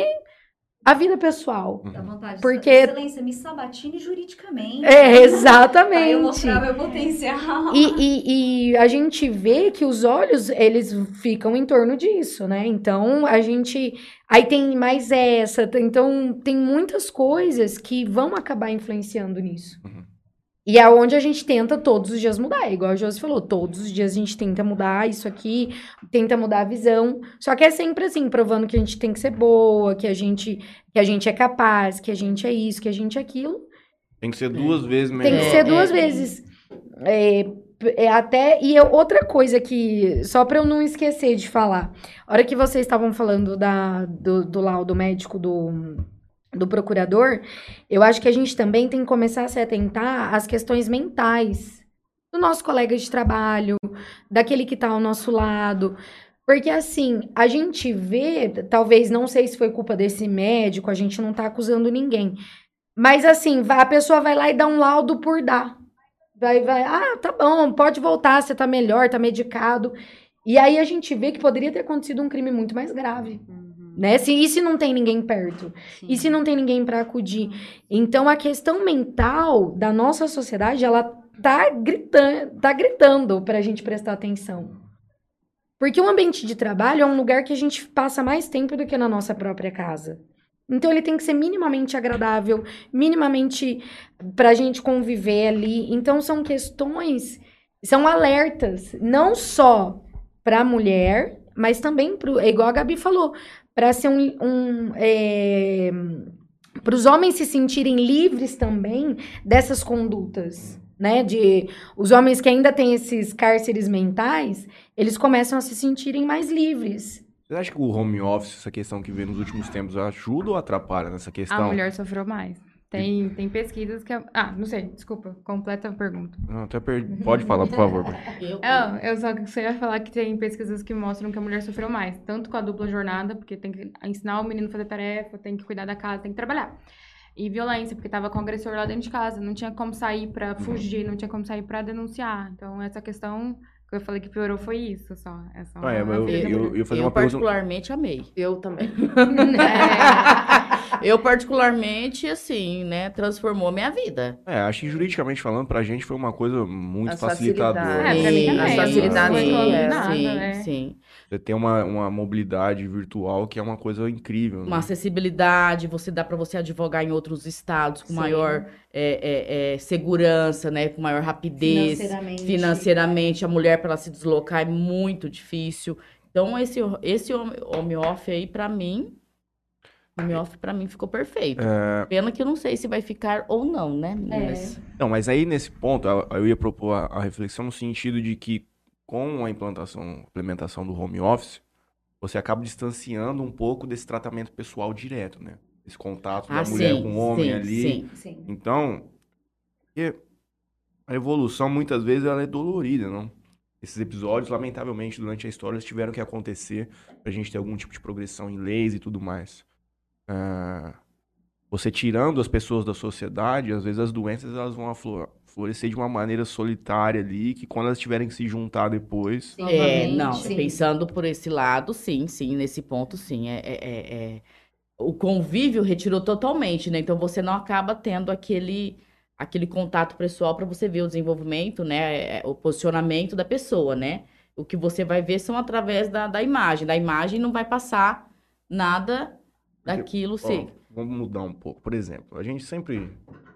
a vida pessoal. Dá vontade. Porque- Excelência, me sabatine juridicamente. É, Pra eu exatamente. mostrar meu potencial. E, e, e a gente vê que os olhos, eles ficam em torno disso, né? Então, a gente... Aí tem mais essa, tem- então tem muitas coisas que vão acabar influenciando nisso. Uhum. E é onde a gente tenta todos os dias mudar, igual a Josi falou, todos os dias a gente tenta mudar isso aqui, tenta mudar a visão, só que é sempre assim, provando que a gente tem que ser boa, que a gente, que a gente é capaz, que a gente é isso, que a gente é aquilo. Tem que ser duas vezes melhor. Tem que É, ser duas é. vezes. É, é até e eu- outra coisa que só para eu não esquecer de falar, a hora que vocês estavam falando da, do, do laudo médico do, do procurador, eu acho que a gente também tem que começar a se atentar às questões mentais do nosso colega de trabalho, daquele que tá ao nosso lado. Porque, assim, a gente vê, talvez, não sei se foi culpa desse médico, a gente não tá acusando ninguém. Mas, assim, vai- a pessoa vai lá e dá um laudo por dar. Vai, vai, ah, tá bom, pode voltar, você tá melhor, tá medicado. E aí a gente vê que poderia ter acontecido um crime muito mais grave, né? Se, e se não tem ninguém perto? E se não tem ninguém para acudir? Então, a questão mental da nossa sociedade, ela tá gritando, tá gritando pra gente prestar atenção. Porque o ambiente de trabalho é um lugar que a gente passa mais tempo do que na nossa própria casa. Então, ele tem que ser minimamente agradável, minimamente pra gente conviver ali. Então, são questões, são alertas, não só pra mulher, mas também pro, é igual a Gabi falou, para ser um, um é, para os homens se sentirem livres também dessas condutas, né? De os homens que ainda têm esses cárceres mentais, eles começam a se sentirem mais livres. Você acha que o home office, essa questão que vem nos últimos tempos, ajuda ou atrapalha nessa questão? A mulher sofreu mais. Tem, tem pesquisas que... Ah, não sei, desculpa, completa a pergunta. Não, até per... Pode falar, por favor. Eu, Não, eu só que ia falar que tem pesquisas que mostram que a mulher sofreu mais. Tanto com a dupla jornada, porque tem que ensinar o menino a fazer tarefa, tem que cuidar da casa, tem que trabalhar. E violência, porque tava com o agressor lá dentro de casa. Não tinha como sair pra fugir, não tinha como sair pra denunciar. Então, essa questão que eu falei que piorou foi isso só. É só Ah, é, uma mas eu, ferida eu, por- eu ia fazer Eu uma pergunta. particularmente amei. Eu também. É. Eu particularmente, assim, né, transformou minha vida. É, acho que juridicamente falando, pra gente foi uma coisa muito As facilitadora. facilidades. É, pra mim Sim, também. as facilidades Não reclamo de é, nada, sim, é. sim. Você tem uma, uma mobilidade virtual que é uma coisa incrível. né? Uma acessibilidade, você dá para você advogar em outros estados com Sim. maior é, é, é, segurança, né, com maior rapidez. Financeiramente. Financeiramente, a mulher para ela se deslocar é muito difícil. Então, esse, esse home home office aí, para mim, home office para mim ficou perfeito. É, Pena que eu não sei se vai ficar ou não, né, meninas? Não, mas aí nesse ponto, eu eu ia propor a, a reflexão no sentido de que com a implantação, implementação do home office, você acaba distanciando um pouco desse tratamento pessoal direto, né? Esse contato da Ah, mulher sim, com o homem sim, ali. sim. Sim. Então, porque a evolução muitas vezes ela é dolorida, não? Esses episódios, lamentavelmente, durante a história, eles tiveram que acontecer pra gente ter algum tipo de progressão em leis e tudo mais. Ah, você tirando as pessoas da sociedade, às vezes as doenças elas vão aflo- florescer de uma maneira solitária ali, que quando elas tiverem que se juntar depois, Sim. É, Novamente, não, sim. pensando por esse lado, sim, sim, nesse ponto, sim. É, é, é- é- O convívio retirou totalmente, né? Então você não acaba tendo aquele, aquele contato pessoal para você ver o desenvolvimento, né? é, O posicionamento da pessoa, né? O que você vai ver são através da, da imagem. Da imagem não vai passar nada Porque, daquilo, ó, sim. vamos mudar um pouco. Por exemplo, a gente sempre.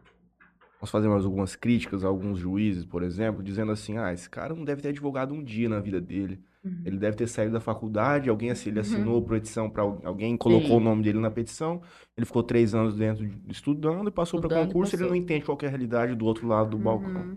Nós fazemos algumas críticas a alguns juízes, por exemplo, dizendo assim: ah, esse cara não deve ter advogado um dia na vida dele. Ele deve ter saído da faculdade, alguém assi- ele assinou petição para alguém, colocou Sim. o nome dele na petição, ele ficou três anos dentro de- estudando e passou para Estudando e concurso, ele passou. não entende qual que é a realidade do outro lado do balcão.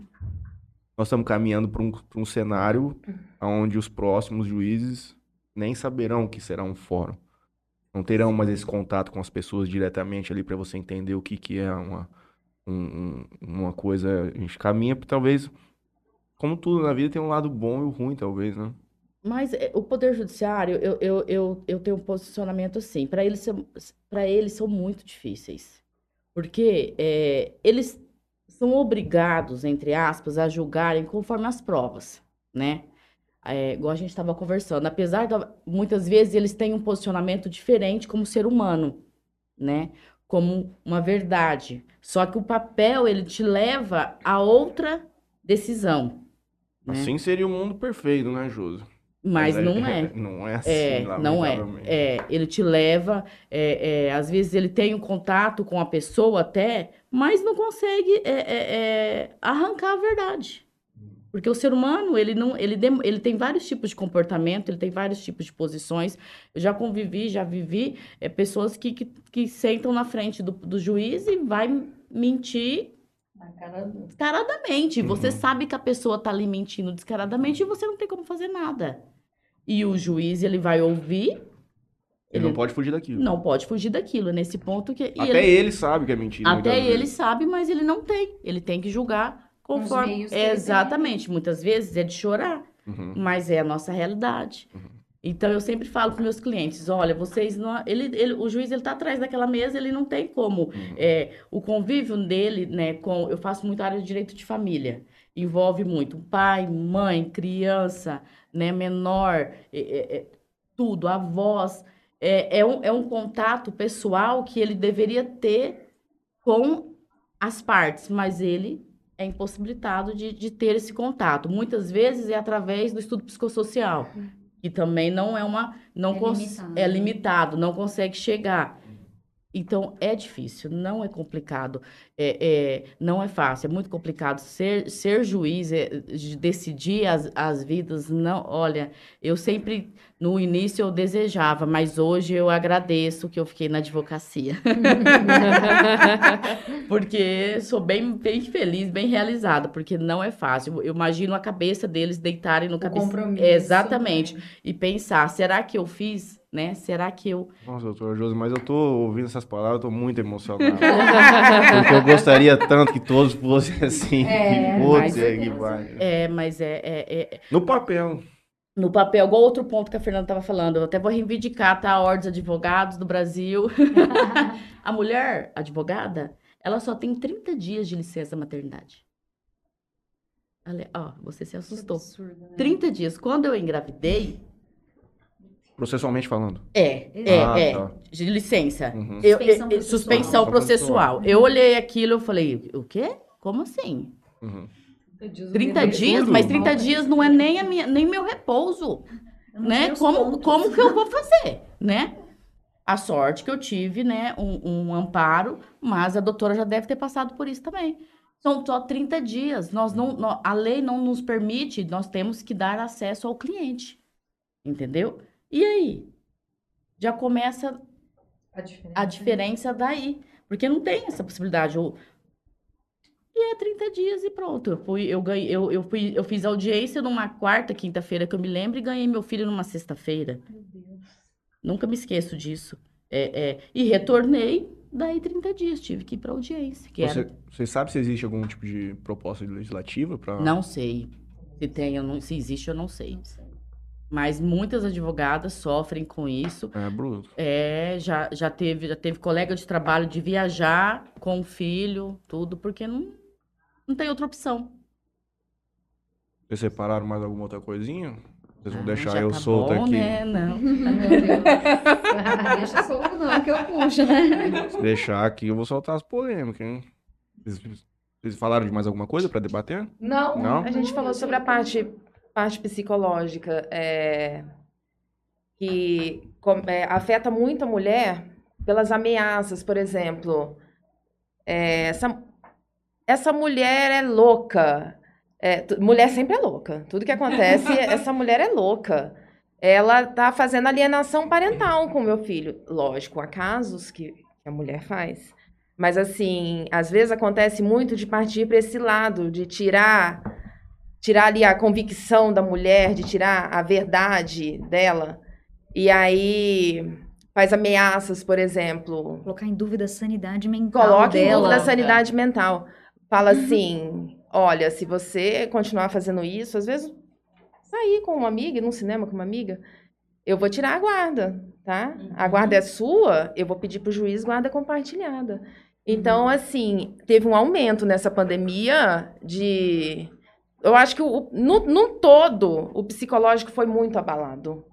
Nós estamos caminhando para um, pra um cenário onde os próximos juízes nem saberão o que será um fórum. Não terão mais esse contato com as pessoas diretamente ali para você entender o que, que é uma, um- um- uma coisa. A gente caminha, talvez, como tudo na vida, tem um lado bom e o ruim, talvez, né? Mas é, o Poder Judiciário, eu, eu, eu, eu tenho um posicionamento assim, para eles, são- pra eles são muito difíceis. Porque é, eles são obrigados, entre aspas, a julgarem conforme as provas, né? É, igual a gente estava conversando. Apesar de, muitas vezes, eles têm um posicionamento diferente como ser humano, né? Como uma verdade. Só que o papel, ele te leva a outra decisão, né? Assim seria o mundo perfeito, né, Josi? Mas não é. Não é assim, É, não é. lamentavelmente. É, ele te leva, é, é, às vezes ele tem um contato com a pessoa até, mas não consegue é, é, é, arrancar a verdade. Porque o ser humano, ele não, ele, dem- ele tem vários tipos de comportamento, ele tem vários tipos de posições. Eu já convivi, já vivi é, pessoas que, que, que sentam na frente do, do juiz e vai mentir Na cara do- descaradamente. Você Uhum. sabe que a pessoa tá ali mentindo descaradamente e você não tem como fazer nada. E o juiz, ele vai ouvir, Ele não pode fugir daquilo. não pode fugir daquilo. É nesse ponto que... e Até ele, ele sabe que é mentira. até muitas ele vezes. sabe, mas ele não tem. Ele tem que julgar Com os conforme... meios que ele tem. Exatamente. Muitas vezes é de chorar, Uhum. mas é a nossa realidade. Então, eu sempre falo para meus clientes, olha, vocês não... Ele, ele, o juiz, ele tá atrás daquela mesa, ele não tem como... Uhum. é, o convívio dele, né, com... Eu faço muito área de direito de família. Envolve muito pai, mãe, criança, né, menor, é, é, é, tudo, avós. É, é, um, é um contato pessoal que ele deveria ter com as partes, mas ele é impossibilitado de, de ter esse contato. Muitas vezes é através do estudo psicossocial, que também não é uma... Não É cons- limitado. é limitado, não consegue chegar. Então, é difícil, não é complicado, é, é, não é fácil, é muito complicado. Ser, ser juiz, é, de decidir as, as vidas, não, olha, eu sempre, no início eu desejava, mas hoje eu agradeço que eu fiquei na advocacia. Porque sou bem, bem feliz, bem realizada, porque não é fácil. Eu imagino a cabeça deles deitarem no O cabeça. compromisso. Exatamente. né? E pensar, será que eu fiz, né? Será que eu... Nossa, doutora Josi, mas eu tô ouvindo essas palavras, eu tô muito emocionado. Porque eu gostaria tanto que todos fossem assim. É, que putz, mas- é, que vai. É, mas é, é, é- No papel. no papel, igual outro ponto que a Fernanda estava falando, eu até vou reivindicar, tá? A Ordem dos Advogados do Brasil. A mulher advogada, ela só tem trinta dias de licença maternidade. Ale- Ó, você se assustou. Absurdo, né? trinta dias. Quando eu engravidei, Processualmente falando. é, é, Ah, é, tá. de licença. Uhum. Eu- Suspensão eu- eu- processual. suspensão processual. Eu olhei aquilo, eu falei, o quê? Como assim? Uhum. trinta dias? Mas trinta dias não é nem, a minha, nem meu repouso, Eu não né? tinha os Como, pontos. como que eu vou fazer, né? A sorte que eu tive, né, um, um amparo, mas a doutora já deve ter passado por isso também. São só trinta dias. Nós não, nó- a lei não nos permite, nós temos que dar acesso ao cliente, entendeu? E aí? Já começa A diferença. a diferença daí, porque não tem essa possibilidade. Eu- E é trinta dias e pronto. Eu fui, eu ganhei, eu, eu fui, eu fiz audiência numa quarta, quinta-feira que eu me lembro e ganhei meu filho numa sexta-feira. Meu Deus. Nunca me esqueço disso. É, é, e retornei, daí trinta dias, tive que ir para audiência, que Você, era... você sabe se existe algum tipo de proposta legislativa para... Não sei se tem, eu não, se existe, eu não sei. Não sei. Mas muitas advogadas sofrem com isso. É, Bruno. É, já, já teve, já teve colega de trabalho de viajar com o filho, tudo, porque não, não tem outra opção. Vocês separaram mais alguma outra coisinha? Vocês vão Ah, deixar já eu tá solto bom, aqui? né? Não. Meu Deus. Deixa solto não, que eu puxo, né? Se deixar aqui, eu vou soltar as polêmicas, hein? Vocês, vocês falaram de mais alguma coisa para debater? Não, Não? a gente falou sobre a parte, parte psicológica, é, que com- é, afeta muito a mulher pelas ameaças, por exemplo. É, essa, essa mulher é louca. É, tu- mulher sempre é louca. Tudo que acontece, essa mulher é louca. Ela tá fazendo alienação parental com o meu filho. Lógico, há casos que que a mulher faz. Mas, assim, às vezes acontece muito de partir para esse lado, de tirar, tirar ali a convicção da mulher, de tirar a verdade dela. E aí faz ameaças, por exemplo. Colocar em dúvida a sanidade mental Coloca em dela. dúvida a sanidade mental. Fala assim, olha, se você continuar fazendo isso, às vezes sair com uma amiga, ir num cinema com uma amiga, eu vou tirar a guarda, tá? A guarda é sua, eu vou pedir pro juiz guarda compartilhada. Então, assim, teve um aumento nessa pandemia de... Eu acho que o, no, no todo, o psicológico foi muito abalado.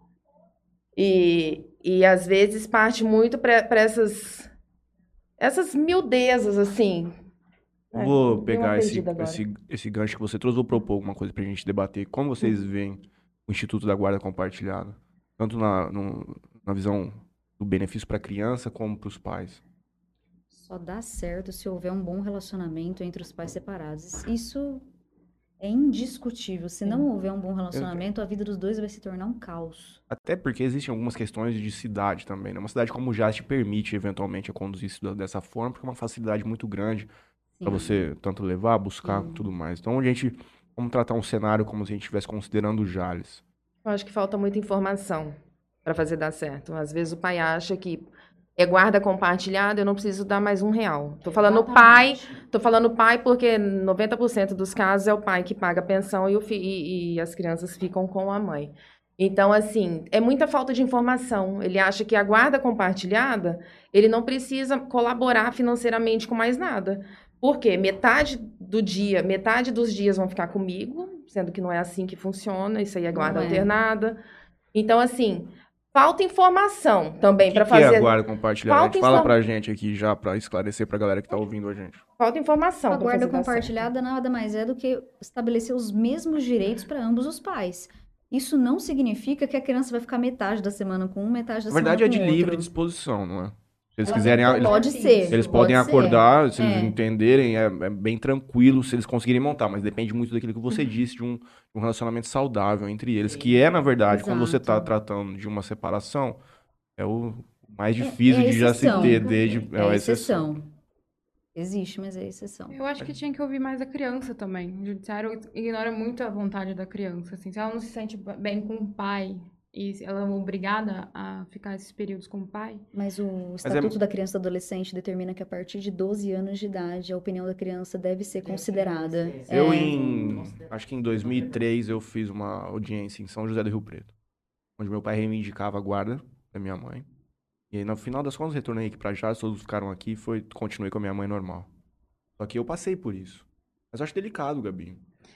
E, e às vezes parte muito para essas, essas miudezas, assim. Eu É, vou dei uma pegar esse, perdida agora. esse, esse gancho que você trouxe, vou propor alguma coisa pra gente debater. Como vocês veem o Instituto da Guarda Compartilhada? Tanto na, no- na visão do benefício para a criança como para os pais. Só dá certo se houver um bom relacionamento entre os pais separados. Isso é indiscutível. Se não houver um bom relacionamento, a vida dos dois vai se tornar um caos. Até porque existem algumas questões de cidade também, né? Uma cidade como Jales te permite, eventualmente, a conduzir isso da- dessa forma, porque é uma facilidade muito grande para Sim. você tanto levar, buscar, tudo mais. Então, a gente... Vamos tratar um cenário como se a gente estivesse considerando o Jales. Eu acho que falta muita informação para fazer dar certo. Às vezes o pai acha que é guarda compartilhada, eu não preciso dar mais um real. Tô falando pai, tô falando pai porque noventa por cento dos casos é o pai que paga a pensão e, o fi- e- e as crianças ficam com a mãe. Então, assim, é muita falta de informação. Ele acha que a guarda compartilhada, ele não precisa colaborar financeiramente com mais nada. Por quê? Metade do dia, metade dos dias vão ficar comigo, sendo que não é assim que funciona, isso aí é guarda Não é. alternada. Então, assim, falta informação também O para que, que fazer. é a guarda compartilhada? Falta A gente fala inform- pra gente aqui já, pra esclarecer pra galera que tá ouvindo a gente. Falta informação. A pra guarda fazer dar certo. compartilhada nada mais é do que estabelecer os mesmos direitos para ambos os pais. Isso não significa que a criança vai ficar metade da semana com um, metade da Na verdade, é semana de com livre outro. disposição, não é? Se eles Ela quiserem, eles, Pode ser. eles pode podem ser. acordar, se eles É. entenderem, é, é bem tranquilo se eles conseguirem montar, mas depende muito daquilo que você disse, de um, de um relacionamento saudável entre eles, que é, na verdade, quando você está Exato. tratando de uma separação, é o mais difícil é de já se exceção. ter desde... É uma exceção. Existe, mas é exceção. Eu acho que tinha que ouvir mais a criança também. O judiciário ignora muito a vontade da criança, assim. Se ela não se sente bem com o pai, E ela é obrigada a ficar esses períodos com o pai? Mas o é- Estatuto da Criança e do Adolescente determina que a partir de doze anos de idade, a opinião da criança deve ser considerada. Eu, É, em. Acho que em dois mil e três, eu fiz uma audiência em São José do Rio Preto, onde meu pai reivindicava a guarda da minha mãe. E aí, no final das contas, retornei aqui pra Jales, todos ficaram aqui, foi, continuei com a minha mãe normal. Só que eu passei por isso. Mas eu acho delicado, Gabi.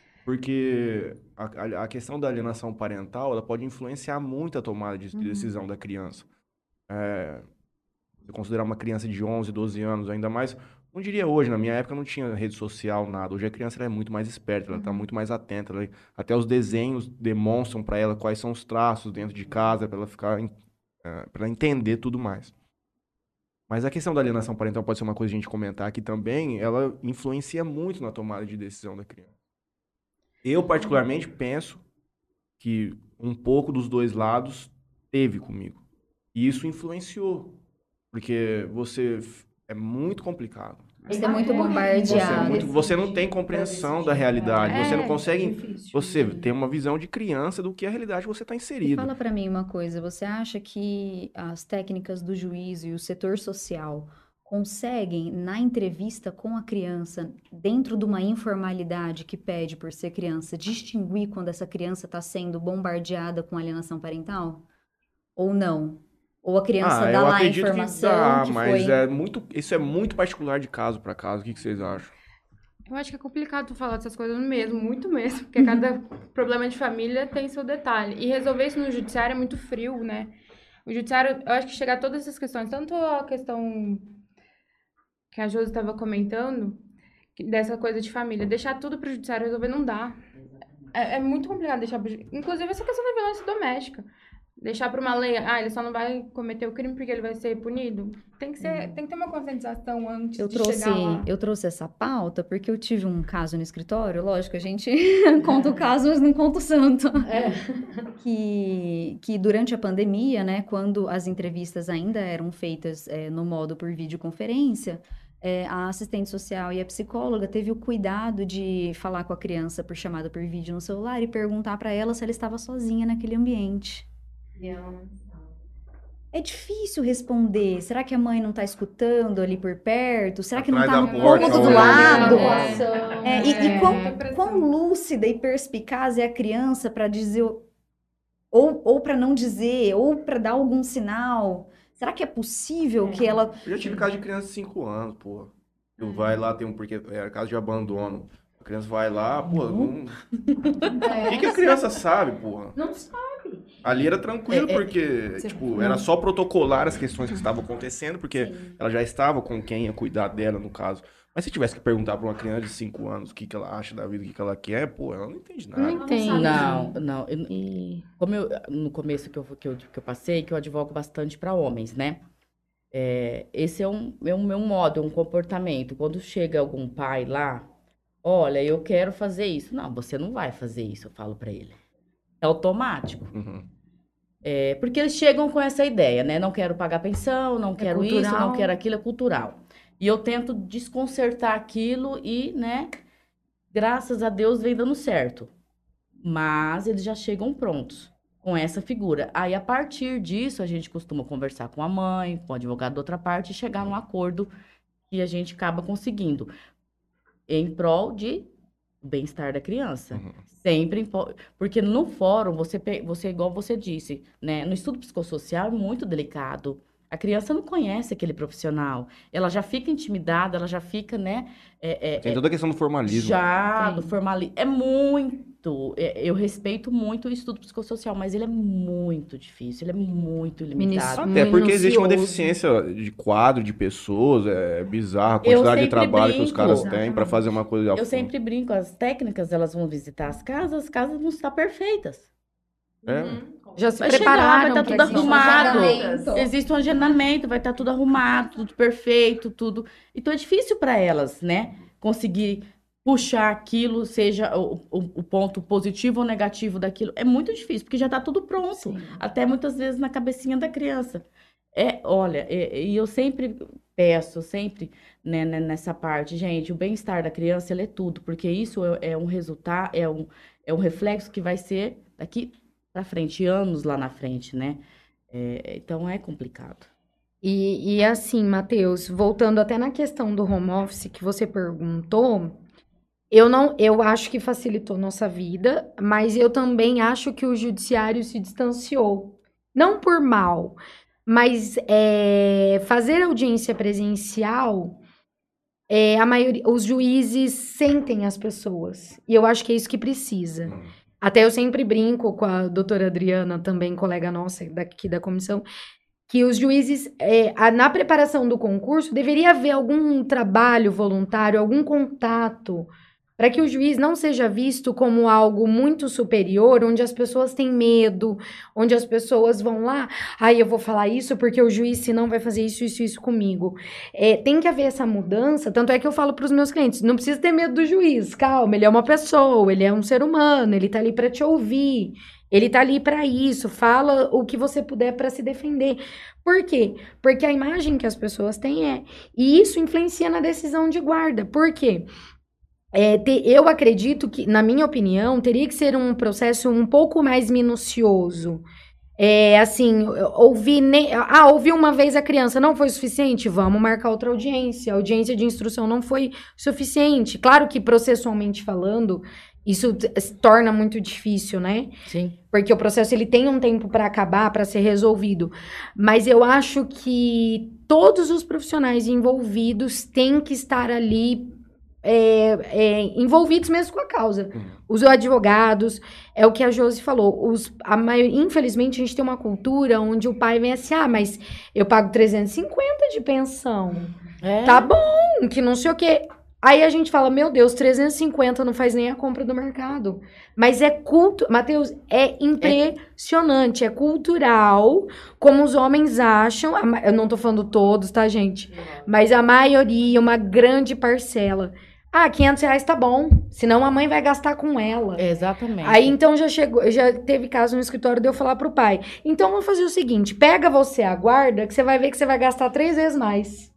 Porque a, a- a questão da alienação parental, ela pode influenciar muito a tomada de decisão da criança. É, se considerar uma criança de onze, doze anos, ainda mais... Não diria hoje, na minha época não tinha rede social, nada. Hoje a criança ela é muito mais esperta, ela tá muito mais atenta. ela- até os desenhos demonstram para ela quais são os traços dentro de casa, para ela ficar... para ela entender tudo mais. Mas a questão da alienação parental pode ser uma coisa a gente comentar aqui também, ela influencia muito na tomada de decisão da criança. Eu, particularmente, penso que um pouco dos dois lados teve comigo. E isso influenciou. Porque você... f- É muito complicado. você é muito Você, é bombardeado. muito- você não tem compreensão da realidade. Você não É, consegue... difícil. Você tem uma visão de criança do que a realidade você está E inserido. fala pra mim uma coisa, você acha que as técnicas do juízo e o setor social conseguem, na entrevista com a criança, dentro de uma informalidade que pede por ser criança, distinguir quando essa criança está sendo bombardeada com alienação parental? Ou não? Ou a criança Ah, dá eu lá a acredito que informação dá, que mas foi... é muito, isso é muito particular de caso para caso. O que que vocês acham? Eu acho que é complicado tu falar dessas coisas mesmo, muito mesmo, porque cada problema de família tem seu detalhe. E resolver isso no judiciário é muito frio, né? O judiciário, eu acho que chegar a todas essas questões, tanto a questão que a Josi estava comentando, que- dessa coisa de família, deixar tudo pro judiciário resolver não dá. É, é muito complicado deixar pro ju- Inclusive essa questão da violência doméstica. Deixar pra uma lei, ah, ele só não vai cometer o crime porque ele vai ser punido. Tem que ser, tem que ter uma conscientização antes Eu de trouxe, chegar lá. eu trouxe essa pauta porque eu tive um caso no escritório, lógico, a gente conta o caso, mas não conta o santo. Que, que durante a pandemia, né, quando as entrevistas ainda eram feitas eh, no modo por videoconferência, eh, a assistente social e a psicóloga teve o cuidado de falar com a criança por chamada por vídeo no celular e perguntar para ela se ela estava sozinha naquele ambiente. É difícil responder. Será que a mãe não tá escutando ali por perto? Será que não Atrás tá da no porta, cômodo do olhando. lado? Situação. É, e, e É, quão, muita pressão. quão lúcida e perspicaz é a criança para dizer, ou, ou para não dizer, ou para dar algum sinal? Será que é possível que ela. Eu já tive caso de criança de cinco anos, pô. Tu vai lá, tem um porque é caso de abandono. A criança vai lá, pô, não... o que, que a criança sabe, porra? Não sabe. Ali era tranquilo, É, é, porque, você- tipo, não. era só protocolar as questões que estavam acontecendo, porque ela já estava com quem ia cuidar dela, no caso. Mas se tivesse que perguntar pra uma criança de cinco anos o que, que ela acha da vida, o que, que ela quer, pô, ela não entende nada. Não entende. Não, não. eu- E... como eu, no começo que eu, que, eu, que eu passei, que eu advogo bastante para homens, né? É, esse é um, é um meu modo, é um comportamento. Quando chega algum pai lá, olha, eu quero fazer isso. Não, você não vai fazer isso, eu falo para ele. É automático. Uhum. É, porque eles chegam com essa ideia, né? Não quero pagar pensão, não quero isso, cultural. não quero aquilo, é cultural. E eu tento desconcertar aquilo e, né? Graças a Deus vem dando certo. Mas eles já chegam prontos com essa figura. Aí, a partir disso, a gente costuma conversar com a mãe, com o advogado da outra parte e chegar num acordo que a gente acaba conseguindo em prol de bem-estar da criança. Uhum. Sempre, em po- porque no fórum, você, pe- você, igual você disse, né? No estudo psicossocial é muito delicado. A criança não conhece aquele profissional. Ela já fica intimidada, ela já fica, né? é- é- Tem é- toda a questão do formalismo. já, Tem. do formalismo. É muito. é- Eu respeito muito o estudo psicossocial, mas ele é muito difícil, ele é muito limitado. Até porque existe uma Minucioso. deficiência de quadro de pessoas, é bizarra a Eu quantidade de sempre trabalho que os brinco. caras têm pra fazer uma coisa a Eu fundo. sempre brinco, as técnicas, elas vão visitar as casas, as casas vão estar perfeitas. É. Já se Vai chegar lá, prepararam vai tá pra tudo isso. arrumado. agendamento. Existe um agendamento, vai estar tudo arrumado, tudo perfeito, tudo. Então é difícil para elas, né? Conseguir puxar aquilo, seja o, o, o ponto positivo ou negativo daquilo. É muito difícil, porque já está tudo pronto. Até muitas vezes na cabecinha da criança. É, olha, é- e eu sempre peço, sempre, né, né, nessa parte, gente, o bem-estar da criança, ele é tudo, porque isso é, é um resultado, é um, é um reflexo que vai ser daqui para frente, anos lá na frente, né? É, então é complicado. E, e assim, Matheus, voltando até na questão do home office que você perguntou, eu não, eu acho que facilitou nossa vida, mas eu também acho que o judiciário se distanciou. Não por mal, mas é, fazer audiência presencial, é, a maioria, os juízes sentem as pessoas. E eu acho que é isso que precisa. Até eu sempre brinco com a doutora Adriana, também colega nossa daqui da comissão, que os juízes, é, a- na preparação do concurso, deveria haver algum trabalho voluntário, algum contato, para que o juiz não seja visto como algo muito superior, onde as pessoas têm medo, onde as pessoas vão lá, ai, eu vou falar isso porque o juiz, senão, vai fazer isso, isso, isso comigo. É, tem que haver essa mudança, tanto é que eu falo para os meus clientes, não precisa ter medo do juiz, calma, ele é uma pessoa, ele é um ser humano, ele tá ali para te ouvir. Ele tá ali para isso, fala o que você puder para se defender. Por quê? Porque a imagem que as pessoas têm é... E isso influencia na decisão de guarda. Por quê? É, te- eu acredito que, na minha opinião, teria que ser um processo um pouco mais minucioso. É, assim, ouvir... Ne... Ah, ouvi uma vez a criança, não foi suficiente? Vamos marcar outra audiência. A audiência de instrução não foi suficiente. Claro que, processualmente falando, isso t- se torna muito difícil, né? Sim. Porque o processo ele tem um tempo para acabar, para ser resolvido. Mas eu acho que todos os profissionais envolvidos têm que estar ali é, é, envolvidos mesmo com a causa. Os advogados, é o que a Josi falou. Os, a maio- infelizmente, a gente tem uma cultura onde o pai vem assim, ah, mas eu pago trezentos e cinquenta de pensão. É. Tá bom, que não sei o quê. Aí a gente fala, meu Deus, trezentos e cinquenta não faz nem a compra do mercado. Mas é culto, Matheus, é impressionante, é cultural, como os homens acham, a ma- eu não tô falando todos, tá, gente? Mas a maioria, uma grande parcela. Ah, quinhentos reais tá bom, senão a mãe vai gastar com ela. Exatamente. Aí então já chegou, já teve caso no escritório de eu falar pro pai, então vamos fazer o seguinte, pega você a guarda, que você vai ver que você vai gastar três vezes mais.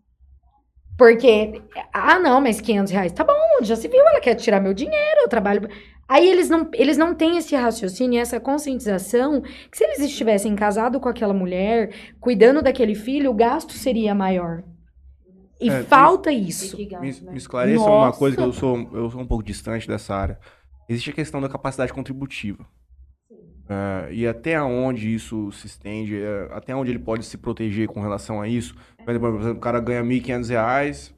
Porque, ah, não, mas quinhentos reais, tá bom, já se viu, ela quer tirar meu dinheiro, eu trabalho... Aí eles não, eles não têm esse raciocínio, essa conscientização, que se eles estivessem casados com aquela mulher, cuidando daquele filho, o gasto seria maior. E É, falta isso. Me, me esclareça Nossa. uma coisa que eu sou, eu sou um pouco distante dessa área. Existe a questão da capacidade contributiva. É, e até onde isso se estende, é, até onde ele pode se proteger com relação a isso. Por exemplo, o cara ganha mil e quinhentos reais,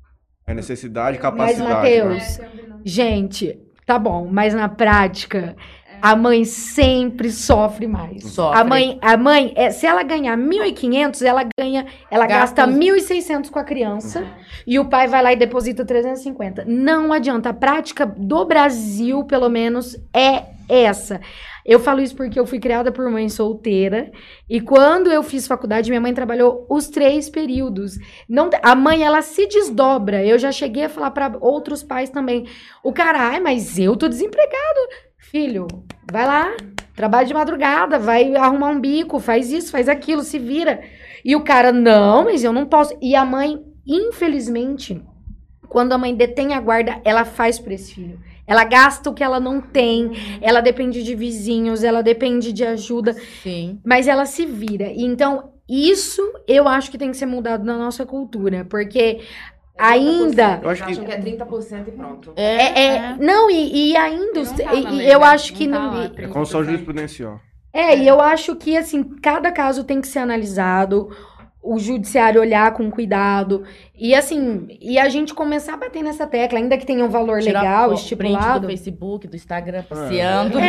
é necessidade e Mas, capacidade. Matheus, né? gente, tá bom, mas na prática, a mãe sempre sofre mais. Sofre. A mãe, a mãe é, se ela ganhar mil e quinhentos, ela ganha, ela Gasta gasta os- mil e seiscentos com a criança e o pai vai lá e deposita trezentos e cinquenta. Não adianta, a prática do Brasil, pelo menos, é essa. Eu falo isso porque eu fui criada por mãe solteira e quando eu fiz faculdade, minha mãe trabalhou os três períodos. Não, a mãe, ela se desdobra. Eu já cheguei a falar para outros pais também. O cara, ai, mas eu tô desempregado. Filho, vai lá, trabalha de madrugada, vai arrumar um bico, faz isso, faz aquilo, se vira. E o cara, não, mas eu não posso. E a mãe, infelizmente, quando a mãe detém a guarda, ela faz por esse filho. Ela gasta o que ela não tem, ela depende de vizinhos, ela depende de ajuda, Sim. mas ela se vira. E então, isso eu acho que tem que ser mudado na nossa cultura, porque ainda... Eu acho que- Acham que é trinta por cento e pronto. É, é- não, e, e ainda... os- Não tá na e- lei, eu né? acho que Não tá não... lá, e- É trinta por construção cento. jurisprudencial. É, e eu acho que, assim, cada caso tem que ser analisado, o judiciário olhar com cuidado, e assim, e a gente começar a bater nessa tecla, ainda que tenha um valor Tirar legal, fo- print estipulado. do Facebook, do Instagram, passeando.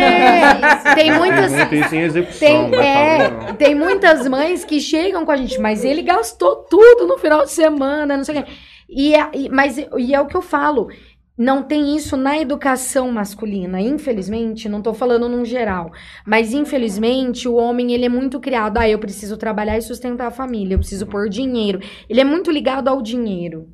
É, tem muitas... Muito isso em execução. Tem, vai é, fazer, não. tem muitas mães que chegam com a gente, mas ele gastou tudo no final de semana, não sei o quê. E é, e- mas, e é o que eu falo, não tem isso na educação masculina, infelizmente, não tô falando num geral, mas infelizmente o homem, ele é muito criado, ah, eu preciso trabalhar e sustentar a família, eu preciso pôr dinheiro, ele é muito ligado ao dinheiro.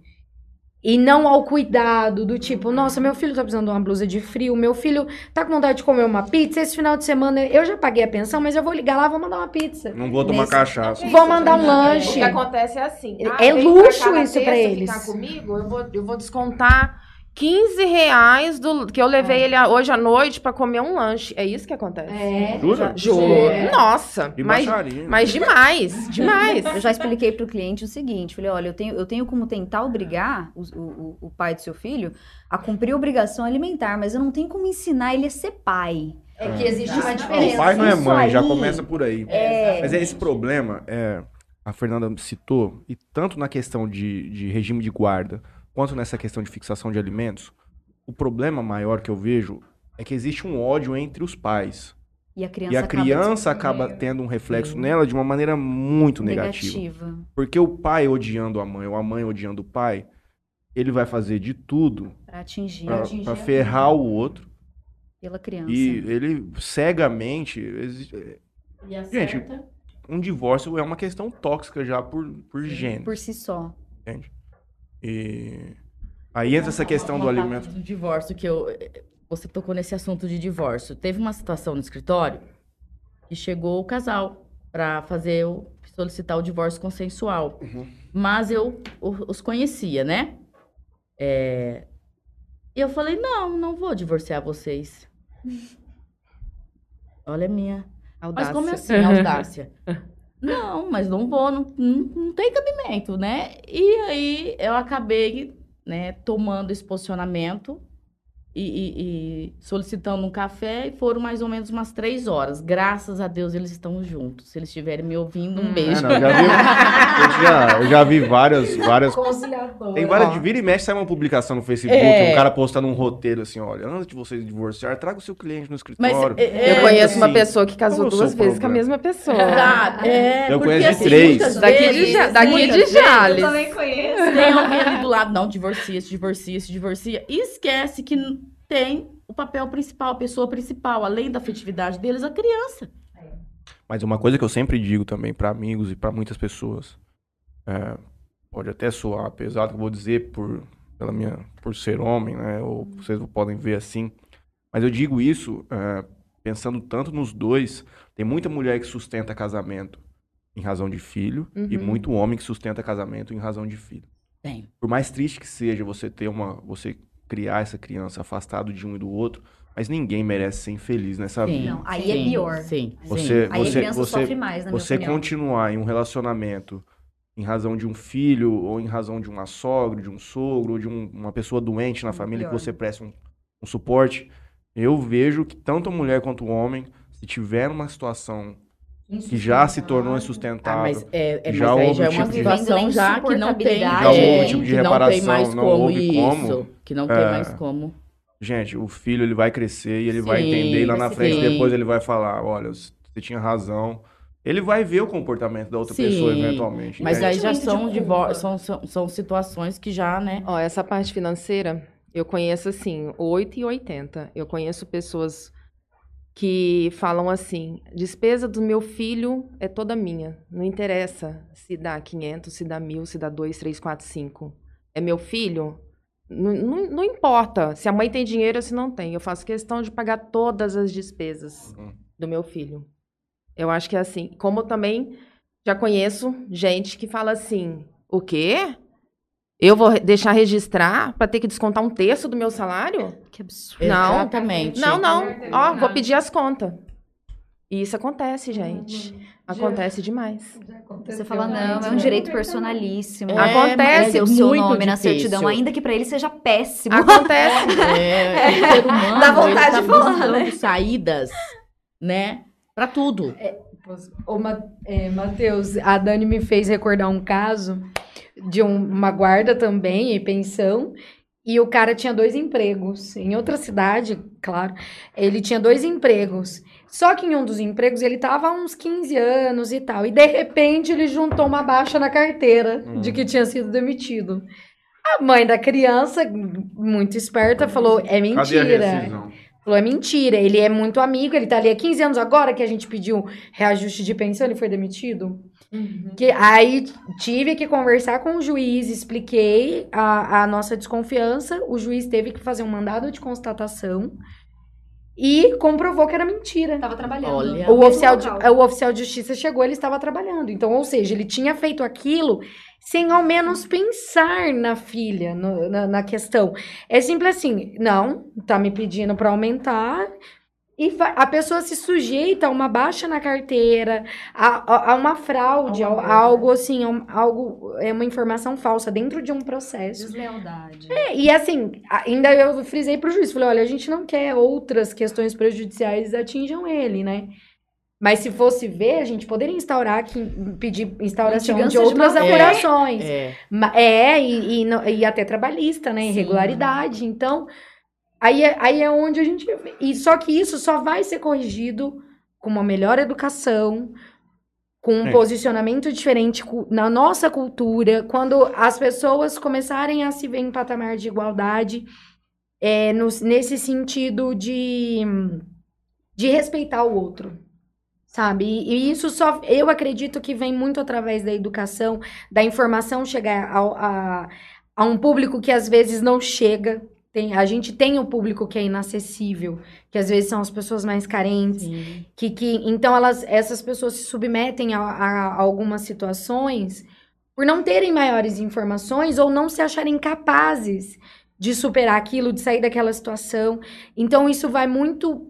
E não ao cuidado do tipo, nossa, meu filho tá precisando de uma blusa de frio, meu filho tá com vontade de comer uma pizza, esse final de semana eu já paguei a pensão, mas eu vou ligar lá, vou mandar uma pizza. Não vou tomar Nesse- cachaça. Vou mandar um O lanche. que acontece é assim. É ah, vem luxo pra cá na isso pra terça eles. Ficar comigo, eu vou, eu vou descontar quinze reais do, que eu levei ele a- hoje à noite pra comer um lanche. É isso que acontece. É. Jura? Juro. É. Nossa, Que mas, baixaria. mas demais, demais. Eu já expliquei para o cliente o seguinte, falei, olha, eu tenho, eu tenho como tentar obrigar o, o, o pai do seu filho a cumprir a obrigação alimentar, mas eu não tenho como ensinar ele a ser pai. É que existe uma O diferença. pai não é Isso mãe, já aí. começa por aí. É. Mas é esse problema, é, a Fernanda citou, e tanto na questão de, de regime de guarda, quanto nessa questão de fixação de alimentos, o problema maior que eu vejo é que existe um ódio entre os pais. E a criança E a acaba criança acaba tendo um reflexo Sim. nela de uma maneira muito negativa. negativa. Porque o pai odiando a mãe, ou a mãe odiando o pai, ele vai fazer de tudo Para atingir pra, atingir pra a ferrar o outro. pela criança. E ele cegamente. exi- E Gente, acerta. Um divórcio é uma questão tóxica já por, por gênero, Por si só. entende? E aí entra essa questão do Uma alimento. parte do divórcio que eu você tocou nesse assunto de divórcio. Teve uma situação no escritório que chegou o casal para fazer o solicitar o divórcio consensual. Uhum. Mas eu o- os conhecia, né? É, E eu falei: "Não, não vou divorciar vocês". Olha a minha. Mas Audácia. como assim, audácia? Não, mas não vou, não, não, não tem cabimento, né? E aí eu acabei, né, tomando esse posicionamento e, e- e solicitando um café, e foram mais ou menos umas três horas. Graças a Deus eles estão juntos. Se eles estiverem me ouvindo, um Hum. beijo. É, não, eu, já vi, eu, já, eu já vi várias. várias Conciliador. tem várias. Ó. De vira e mexe, sai uma publicação no Facebook, É. um cara postando um roteiro assim: olha, antes de vocês divorciar, traga o seu cliente no Mas escritório. é, Eu conheço uma assim, pessoa que casou qual o duas seu vezes com a problema? mesma pessoa. Exato, é, Eu porque, conheço de assim, três. muitas Daqui de vezes- Ja- daqui muitas de vezes Jales. Eu também conheço. Tem alguém ali do lado, não, divorcia, se divorcia, se divorcia. E esquece que n- tem o papel principal, a pessoa principal, além da afetividade deles, a criança. Mas uma coisa que eu sempre digo também pra amigos e pra muitas pessoas, é, pode até soar pesado, que eu vou dizer por, pela minha, por ser homem, né? Ou vocês podem ver assim. Mas eu digo isso é, pensando tanto nos dois. Tem muita mulher que sustenta casamento em razão de filho e Uhum. muito homem que sustenta casamento em razão de filho. Tem. Por mais triste que seja você ter uma, você criar essa criança afastado de um e do outro, mas ninguém merece ser infeliz nessa Sim, vida. Não, aí é sim, pior. Sim, Você, sim. Aí a você, criança você, sofre mais, na minha você opinião. continuar em um relacionamento em razão de um filho, ou em razão de uma sogra, de um sogro, ou de um- uma pessoa doente na família, pior. que você presta um, um suporte, eu vejo que tanto a mulher quanto o homem, se tiver uma situação que já se tornou Ah, insustentável, mas é, é, Já mas aí houve já é um uma tipo de- situação já que não tem, Já houve é, um tipo de que não tem reparação, mais não como houve isso, como, que não tem é, mais como. gente, o filho ele vai crescer e ele vai Sim, entender, e lá na sim. frente depois ele vai falar, olha, você tinha razão. Ele vai ver o comportamento da outra Sim, pessoa eventualmente. Mas entende? aí já Sentimento de são, culpa. divor- são, são, são situações que já, né? Ó, essa parte financeira, eu conheço assim, oito e oitenta. Eu conheço pessoas que falam assim, despesa do meu filho é toda minha. Não interessa se dá quinhentos, se dá mil, se dá dois, três, quatro, cinco. É meu filho? Não, não, não importa se a mãe tem dinheiro ou se não tem. Eu faço questão de pagar todas as despesas Uhum. do meu filho. Eu acho que é assim. Como eu também já conheço gente que fala assim, o quê? Eu vou re- deixar registrar para ter que descontar um terço do meu salário? Que absurdo. Não. Exatamente. Não, não. Ó, Artesanato. vou pedir as contas. E isso acontece, gente. Acontece demais. Você fala, não, é um direito personalíssimo. É, Acontece Ter o seu muito nome na difícil. certidão, ainda que pra ele seja péssimo. Acontece. É, o ser humano, Dá vontade ele tá de falar, buscando né? saídas, né? Pra tudo. Ô, Ma- é, Matheus, a Dani me fez recordar um caso de um- uma guarda também, em pensão, e o cara tinha dois empregos. Em outra cidade, claro, ele tinha dois empregos. Só que em um dos empregos ele tava há uns quinze anos e tal. E de repente ele juntou uma baixa na carteira Hum. de que tinha sido demitido. A mãe da criança, muito esperta, falou: é Cadê a mentira. rescisão? Falou, é mentira, ele é muito amigo, ele tá ali há quinze anos agora que a gente pediu reajuste de pensão, ele foi demitido. Que, aí tive que conversar com o juiz, expliquei a, a nossa desconfiança, o juiz teve que fazer um mandado de constatação e comprovou que era mentira. Tava trabalhando. Olha. O No mesmo oficial, de, local. o oficial de justiça chegou, ele estava trabalhando. Então, ou seja, ele tinha feito aquilo sem ao menos pensar na filha, no- na, na questão. É simples assim, não, tá me pedindo para aumentar, e va- a pessoa se sujeita a uma baixa na carteira, a, a- a uma fraude, a, a algo assim, a um- algo, é uma informação falsa dentro de um processo. Deslealdade. É, e assim, ainda eu frisei pro juiz, falei, olha, a gente não quer outras questões prejudiciais atinjam ele, né? Mas se fosse ver, a gente poderia instaurar aqui, pedir instauração de Litigância de outras má-fé. apurações. É. Ma- É, e, e, não- e até trabalhista, né? Sim. Irregularidade. Então, aí é, aí é onde a gente. E só que isso só vai ser corrigido com uma melhor educação, com um É. posicionamento diferente cu- na nossa cultura, quando as pessoas começarem a se ver em patamar de igualdade, é, nos- nesse sentido de, de respeitar o outro. Sabe? E, e isso só, eu acredito que vem muito através da educação, da informação chegar ao- a, a um público que às vezes não chega. Tem, a gente tem o público que é inacessível, que às vezes são as pessoas mais carentes, Sim. que, que então elas, essas pessoas se submetem a, a- a algumas situações por não terem maiores informações ou não se acharem capazes de superar aquilo, de sair daquela situação. Então isso vai muito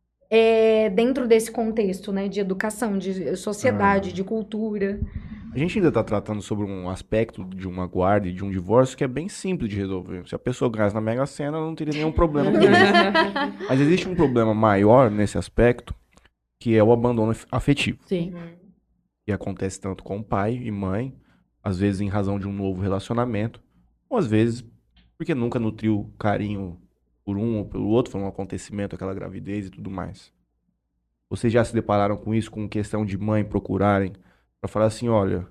é, dentro desse contexto, né, de educação, de sociedade, Ah. de cultura. A gente ainda tá tratando sobre um aspecto de uma guarda e de um divórcio que é bem simples de resolver. Se a pessoa ganhasse na Mega Sena, ela não teria nenhum problema com isso. Mas existe um problema maior nesse aspecto, que é o abandono af- afetivo. Sim. Que acontece tanto com pai e mãe, às vezes em razão de um novo relacionamento, ou às vezes porque nunca nutriu carinho por um ou pelo outro, foi um acontecimento, aquela gravidez e tudo mais. Vocês já se depararam com isso, com questão de mãe procurarem pra falar assim, olha,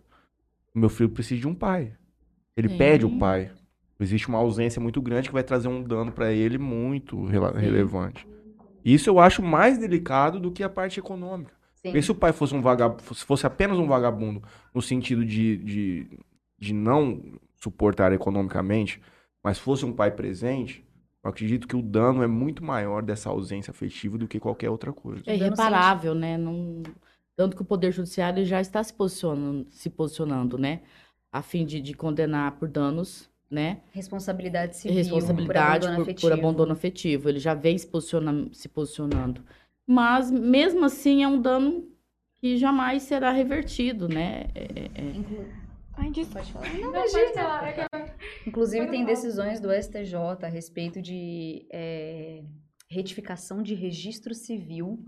o meu filho precisa de um pai. Ele Sim. pede o pai. Existe uma ausência muito grande que vai trazer um dano pra ele muito rela- relevante. Isso eu acho mais delicado do que a parte econômica. Porque se o pai fosse um vagabundo, se fosse apenas um vagabundo, no sentido de, de, de não suportar economicamente, mas fosse um pai presente, eu acredito que o dano é muito maior dessa ausência afetiva do que qualquer outra coisa. É irreparável, né? Não... Tanto que o Poder Judiciário já está se posicionando, se posicionando, né? A fim de, de condenar por danos, né? Responsabilidade civil Responsabilidade por abandono por, afetivo. por abandono afetivo. Ele já vem se, posiciona- se posicionando. Mas, mesmo assim, é um dano que jamais será revertido, né? É- é- é. Inclu- Ai, desculpa. Pode falar. Não, imagina. Inclusive, Pode tem falar. decisões do S T J a respeito de é, retificação de registro civil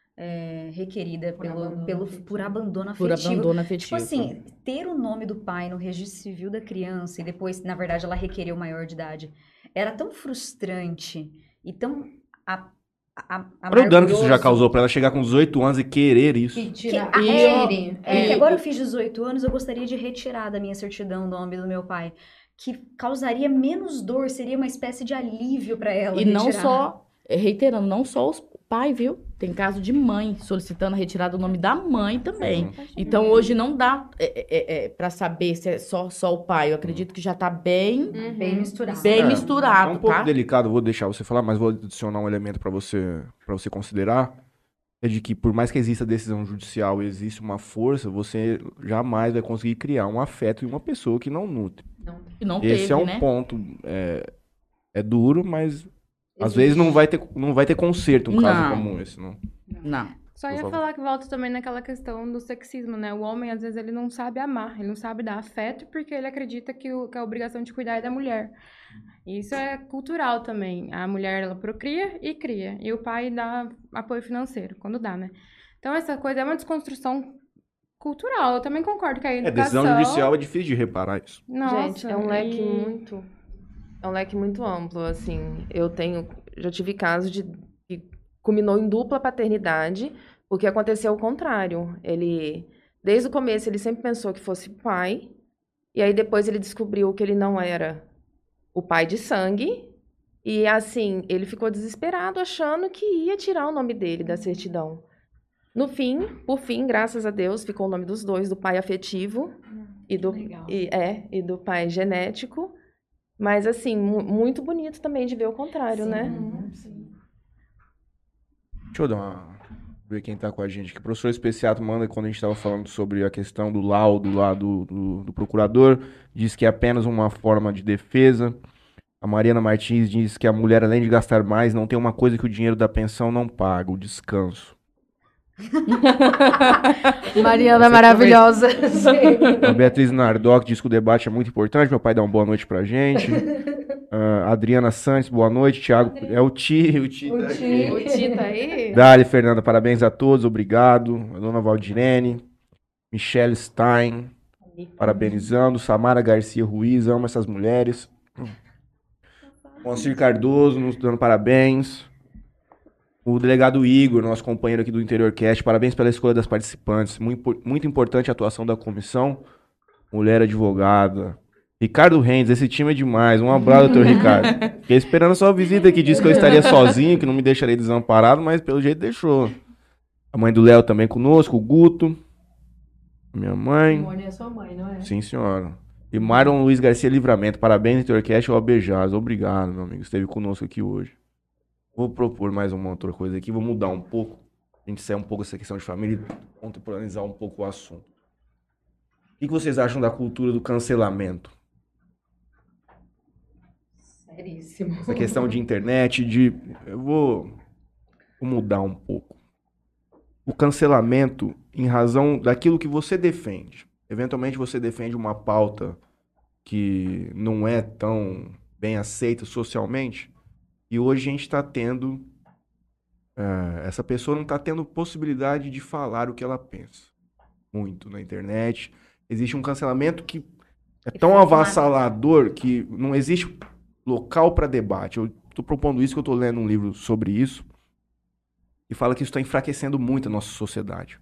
é, requerida Por pelo, abandono pelo, afetivo. por abandono Por afetivo. abandono Tipo afetivo. assim, ter o nome do pai no registro civil da criança e depois, na verdade, ela requereu maior de idade, era tão frustrante e tão a, a, Olha o dano que isso já amarguroso. causou pra ela chegar com dezoito anos e querer isso. Que Que, tira, ah, e é, tire. é, É. que agora eu fiz dezoito anos, eu gostaria de retirar da minha certidão o nome do meu pai. Que causaria menos dor, seria uma espécie de alívio pra ela. E não retirar. só, é, reiterando, não só os pai, viu? Tem caso de mãe solicitando a retirada do nome da mãe também. Então, hoje não dá é, é, é, para saber se é só, só o pai. Eu acredito que já tá bem, Bem misturado. bem É, misturado, É um pouco tá? delicado, vou deixar você falar, mas vou adicionar um elemento pra você, para você considerar. É de que por mais que exista decisão judicial e existe uma força, você jamais vai conseguir criar um afeto em uma pessoa que não nutre. Que não Esse teve, é um né? ponto, é, é duro, mas às Existe. vezes não vai ter, não vai ter conserto um caso Não. como esse, não. Não. Só Por ia favor. falar que volta também naquela questão do sexismo, né? O homem, às vezes, ele não sabe amar, ele não sabe dar afeto porque ele acredita que, o- que a obrigação de cuidar é da mulher. E isso é cultural também. A mulher, ela procria e cria. E o pai dá apoio financeiro, quando dá, né? Então, essa coisa é uma desconstrução cultural. Eu também concordo que a É, educação... decisão judicial é difícil de reparar isso. Nossa, Gente, é um leque e- muito. É um leque muito amplo, assim. Eu tenho. Já tive casos de que culminou em dupla paternidade, porque aconteceu o contrário. Ele, desde o começo, ele sempre pensou que fosse pai, e aí depois ele descobriu que ele não era o pai de sangue, e assim, ele ficou desesperado, achando que ia tirar o nome dele da certidão. No fim, por fim, graças a Deus, ficou o nome dos dois, do pai afetivo e do, legal. e, é, e do pai genético. Mas, assim, mu- muito bonito também de ver o contrário, né? Deixa eu dar uma, ver quem tá com a gente aqui. O professor Especiato manda, quando a gente estava falando sobre a questão do laudo lá do, do, do procurador, diz que é apenas uma forma de defesa. A Mariana Martins diz que a mulher, além de gastar mais, não tem uma coisa que o dinheiro da pensão não paga, o descanso. Mariana maravilhosa. A Beatriz Nardoc diz que o debate é muito importante. Meu pai dá uma boa noite pra gente. Uh, Adriana Santos, boa noite. Tiago, é o Ti, o Ti tá aqui. O Tita aí. Dali, Fernanda, parabéns a todos, obrigado. A dona Valdirene, Michelle Stein, parabenizando. Samara Garcia Ruiz, amo essas mulheres. Moacir Cardoso, nos dando parabéns. O delegado Igor, nosso companheiro aqui do Interior Cast, parabéns pela escolha das participantes. Muito, muito importante a atuação da comissão. Mulher advogada. Ricardo Rendes, esse time é demais. Um abraço, doutor Ricardo. Fiquei esperando a sua visita aqui. Disse que eu estaria sozinho, que não me deixaria desamparado, mas pelo jeito deixou. A mãe do Léo também conosco, o Guto. Minha mãe. Mônica é sua mãe, não é? Sim, senhora. E Myron Luiz Garcia Livramento. Parabéns, Interior Cast, ao Abejaz. Obrigado, meu amigo. Esteve conosco aqui hoje. Vou propor mais uma outra coisa aqui, vou mudar um pouco. A gente sair um pouco dessa questão de família e contemporaneizar um pouco o assunto. O que vocês acham da cultura do cancelamento? Seríssimo. Essa questão de internet, de... Eu vou, vou mudar um pouco. O cancelamento em razão daquilo que você defende. Eventualmente você defende uma pauta que não é tão bem aceita socialmente. E hoje a gente está tendo... Uh, essa pessoa não está tendo possibilidade de falar o que ela pensa. Muito na internet. Existe um cancelamento que é tão avassalador que não existe local para debate. Eu estou propondo isso, que eu estou lendo um livro sobre isso. E fala que isso está enfraquecendo muito a nossa sociedade.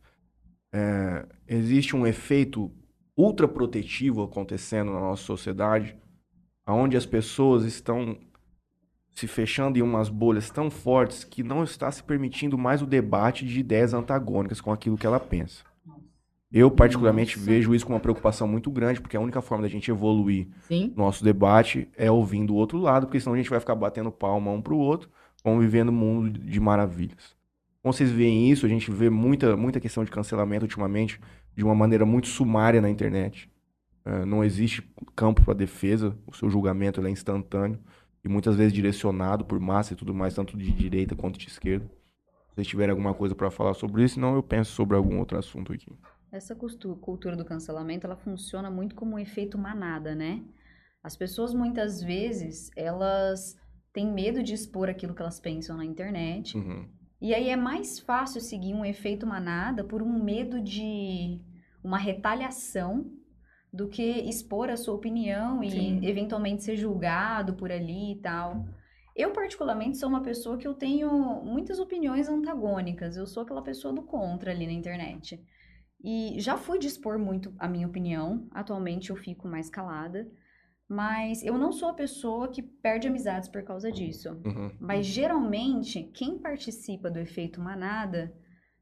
É, existe um efeito ultraprotetivo acontecendo na nossa sociedade, onde as pessoas estão... se fechando em umas bolhas tão fortes que não está se permitindo mais o debate de ideias antagônicas com aquilo que ela pensa. Eu, particularmente, Nossa. vejo isso com uma preocupação muito grande, porque a única forma da gente evoluir Sim. nosso debate é ouvindo o outro lado, porque senão a gente vai ficar batendo palma um pro outro, vamos vivendo um mundo de maravilhas. Como vocês veem isso, a gente vê muita, muita questão de cancelamento ultimamente de uma maneira muito sumária na internet. Uh, não existe campo para defesa, o seu julgamento ele é instantâneo. E muitas vezes direcionado por massa e tudo mais, tanto de direita quanto de esquerda. Se vocês tiverem alguma coisa para falar sobre isso, senão eu penso sobre algum outro assunto aqui. Essa cultura do cancelamento, ela funciona muito como um efeito manada, né? As pessoas, muitas vezes, elas têm medo de expor aquilo que elas pensam na internet. Uhum. E aí é mais fácil seguir um efeito manada por um medo de uma retaliação do que expor a sua opinião e Sim. eventualmente ser julgado por ali e tal. Eu, particularmente, sou uma pessoa que eu tenho muitas opiniões antagônicas. Eu sou aquela pessoa do contra ali na internet. E já fui dispor muito a minha opinião. Atualmente eu fico mais calada. Mas eu não sou a pessoa que perde amizades por causa disso. Uhum. Mas, geralmente, quem participa do efeito manada...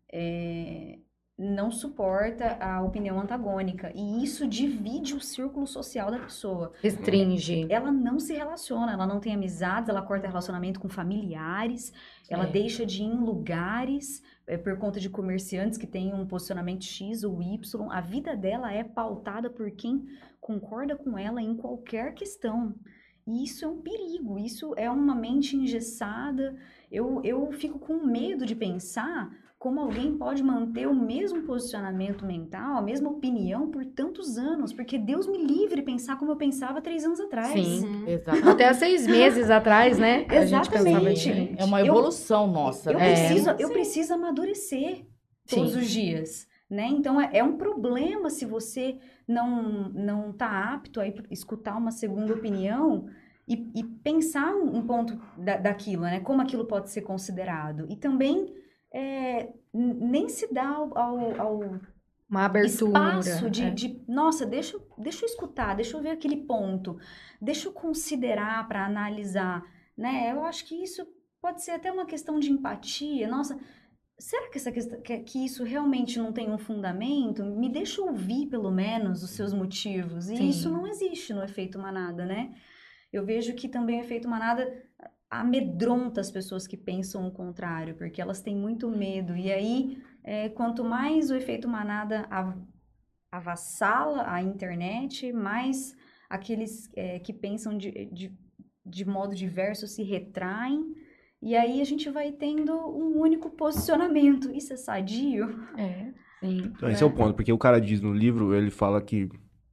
É... não suporta a opinião antagônica. E isso divide o círculo social da pessoa. Restringe. Ela não se relaciona, ela não tem amizades, ela corta relacionamento com familiares, ela É. deixa de ir em lugares é, por conta de comerciantes que têm um posicionamento X ou Y. A vida dela é pautada por quem concorda com ela em qualquer questão. E isso é um perigo, isso é uma mente engessada. Eu, eu fico com medo de pensar... como alguém pode manter o mesmo posicionamento mental, a mesma opinião por tantos anos? Porque Deus me livre pensar como eu pensava três anos atrás. Sim, Uhum. exatamente. Até há seis meses atrás, né? A gente pensava Exatamente. diferente. É uma Eu- evolução nossa, Eu, né? preciso, É. eu preciso amadurecer todos Sim. os dias, né? Então, é, é um problema se você não, não tá apto a ir escutar uma segunda opinião e, e pensar um, um ponto da, daquilo, né? Como aquilo pode ser considerado. E também... É, n- nem se dá ao, ao, ao Uma abertura. espaço de, é. de, nossa, deixa, eu- deixa eu escutar, deixa eu ver aquele ponto, deixa eu considerar para analisar, né? Eu acho que isso pode ser até uma questão de empatia. Nossa, será que, essa questão, que, que isso realmente não tem um fundamento? Me deixa ouvir, pelo menos, os seus motivos. E Sim. isso não existe no efeito manada, né? Eu vejo que também o efeito manada... amedronta as pessoas que pensam o contrário, porque elas têm muito medo. E aí, é, quanto mais o efeito manada av- avassala a internet, mais aqueles é, que pensam de, de, de modo diverso se retraem. E aí a gente vai tendo um único posicionamento. Isso é sadio? É, sim. Então, esse é o ponto, porque o cara diz no livro, ele fala que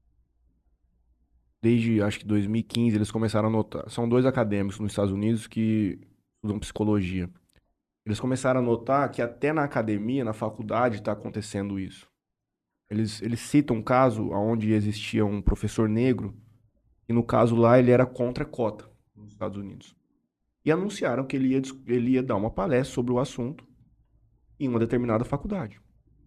desde, acho que dois mil e quinze, eles começaram a notar. São dois acadêmicos nos Estados Unidos que estudam psicologia. Eles começaram a notar que até na academia, na faculdade, está acontecendo isso. Eles, eles citam um caso onde existia um professor negro, e no caso lá ele era contra a cota nos Estados Unidos. E anunciaram que ele ia, dis- ele ia dar uma palestra sobre o assunto em uma determinada faculdade.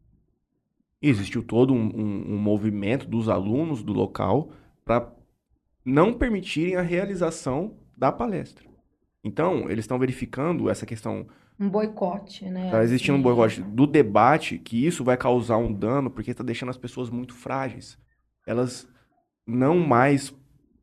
E existiu todo um, um- um movimento dos alunos do local para não permitirem a realização da palestra. Então, eles estão verificando essa questão. Um boicote, né? Está existindo um assim. boicote do debate, que isso vai causar um dano, porque está deixando as pessoas muito frágeis. Elas não mais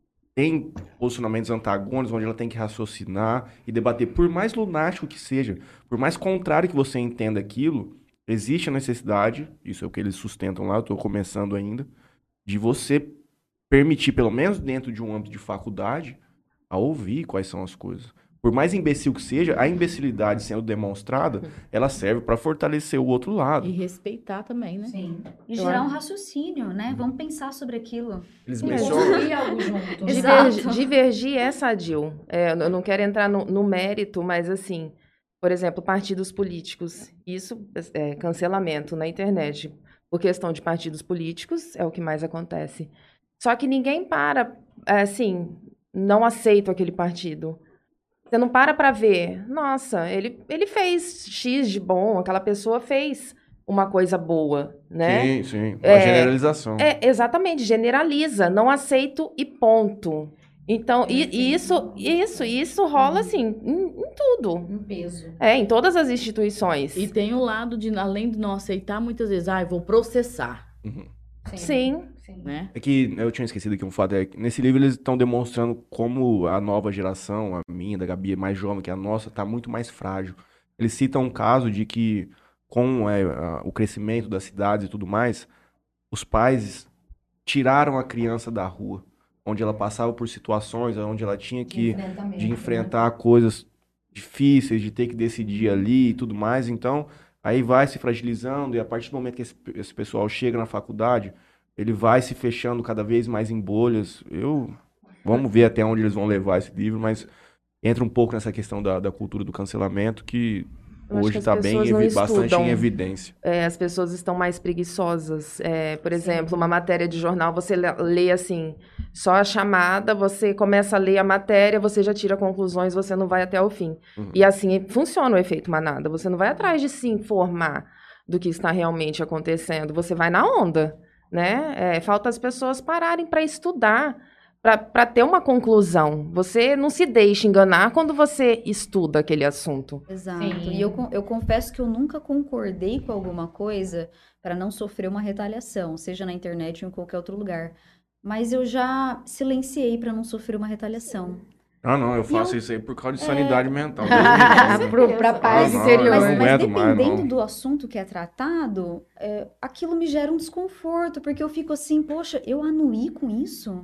têm posicionamentos antagônicos, onde ela tem que raciocinar e debater. Por mais lunático que seja, por mais contrário que você entenda aquilo, existe a necessidade, isso é o que eles sustentam lá, eu estou começando ainda, de você permitir, pelo menos dentro de um âmbito de faculdade, a ouvir quais são as coisas. Por mais imbecil que seja, a imbecilidade sendo demonstrada, ela serve para fortalecer o outro lado. E respeitar também, né? Sim. E gerar um raciocínio, né? Vamos pensar sobre aquilo. Eles E mencionam. construir algo junto. né? Exato. Divergir, divergir é sadio. É, eu não quero entrar no, no mérito, mas assim, por exemplo, partidos políticos. Isso é cancelamento na internet. Por questão de partidos políticos, é o que mais acontece. Só que ninguém para, assim, não aceito aquele partido. Você não para para ver, nossa, ele, ele fez X de bom, aquela pessoa fez uma coisa boa, né? Sim, sim. Uma É, generalização. É, exatamente, generaliza, não aceito e ponto. Então, e, e isso, isso, isso rola assim, em, em tudo. Um peso. É, em todas as instituições. E tem o lado de, além de não aceitar, muitas vezes, ah, eu vou processar, Uhum. Sim. Sim. né? É que eu tinha esquecido aqui um fato. É que nesse livro eles estão demonstrando como a nova geração, a minha, da Gabi, é mais jovem que a nossa, está muito mais frágil. Eles citam um caso de que, com é, a- o crescimento das cidades e tudo mais, os pais tiraram a criança da rua, onde ela passava por situações onde ela tinha que enfrentamento, de né? enfrentar coisas difíceis, de ter que decidir ali e tudo mais. Então, aí vai se fragilizando e a partir do momento que esse, esse pessoal chega na faculdade, ele vai se fechando cada vez mais em bolhas. Eu vamos ver até onde eles vão levar esse livro, mas entra um pouco nessa questão da, da cultura do cancelamento que Eu acho hoje que as está bem pessoas não evi- bastante estudam. em evidência. É, as pessoas estão mais preguiçosas. É, por exemplo, uma matéria de jornal, você lê, lê assim, só a chamada, você começa a ler a matéria, você já tira conclusões, você não vai até o fim. Uhum. E assim funciona o efeito manada. Você não vai atrás de se informar do que está realmente acontecendo, você vai na onda, né? É, falta as pessoas pararem para estudar, para ter uma conclusão. Você não se deixa enganar quando você estuda aquele assunto. Exato. Sim. E eu, con- eu confesso que eu nunca concordei com alguma coisa para não sofrer uma retaliação, seja na internet ou em qualquer outro lugar. Mas eu já silenciei para não sofrer uma retaliação. Ah, não, eu faço eu- isso aí por causa de sanidade mental. Pro, pra paz Ah, não, interior. eu Mas, não mas aguento mais, dependendo não. do assunto que é tratado, é, aquilo me gera um desconforto, porque eu fico assim, poxa, eu anuí com isso?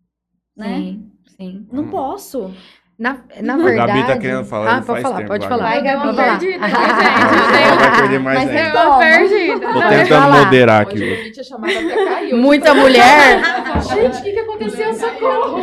Né? Sim, sim. Não Hum. posso. Na, na O verdade... Gabi tá querendo falar, Ah, ele pode faz falar, tempo, pode vai, falar. Vai, Gabi, Vai falar. perdida, gente. Ah, ela vai perder mais Mas ainda. é- Tô perdida. Tô Não, tentando vai lá. moderar aqui. Hoje o Nietzsche chamada até caiu. Muita mulher... Gente, o que, que aconteceu? Socorro!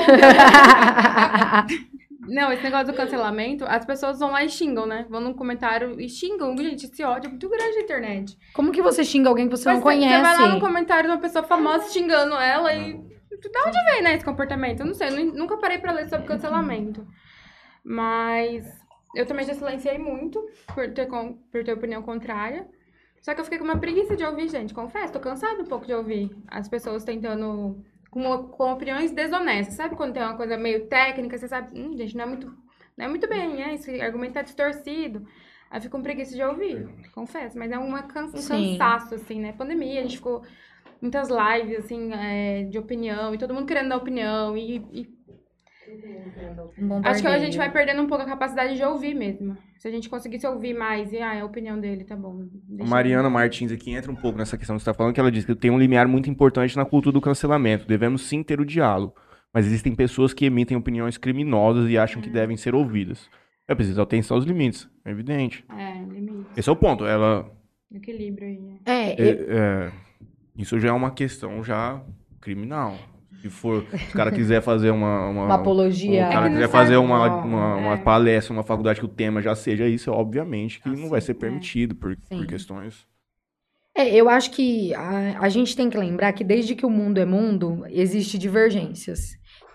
Não, esse negócio do cancelamento, as pessoas vão lá e xingam, né? Vão num comentário e xingam. Gente, esse ódio é muito grande na internet. Como que você xinga alguém que você não Mas Você vai lá conhece? no comentário de uma pessoa famosa xingando ela e... Da onde vem, né, esse comportamento? Eu não sei, eu nu- nunca parei pra ler sobre cancelamento. Mas eu também já silenciei muito por ter, com- por ter opinião contrária. Só que eu fiquei com uma preguiça de ouvir, gente. Confesso, tô cansada um pouco de ouvir as pessoas tentando... Com, com opiniões desonestas. Sabe quando tem uma coisa meio técnica, você sabe... Hum, gente, não é muito, não é muito bem, né? Esse argumento tá distorcido. Aí eu fico com preguiça de ouvir, confesso. Mas é uma can- um Sim. cansaço, assim, né? Pandemia, a gente ficou... Muitas lives, assim, é, de opinião. E todo mundo querendo dar opinião. E... e Um Acho que a gente bombardeio. vai perdendo um pouco a capacidade de ouvir mesmo. Se a gente conseguisse ouvir mais, e ah, é a opinião dele, tá bom. A deixa Mariana ele. Martins aqui entra um pouco nessa questão que você está falando, que ela diz que tem um limiar muito importante na cultura do cancelamento. Devemos sim ter o diálogo, mas existem pessoas que emitem opiniões criminosas e acham que devem ser ouvidas. É preciso atenção aos limites, é evidente. É, limite. Esse é o ponto. Ela, Equilíbrio aí, né? É, é, eu- é, isso já é uma questão já criminal. Se for, se o cara quiser fazer uma, uma, uma apologia. o cara É que quiser não fazer sabe- uma, uma, uma É. palestra, uma faculdade que o tema já seja isso, obviamente que Ah, não vai sim, ser é. permitido por, por Sim. questões. É, eu acho que a, a gente tem que lembrar que desde que o mundo é mundo, existe divergências.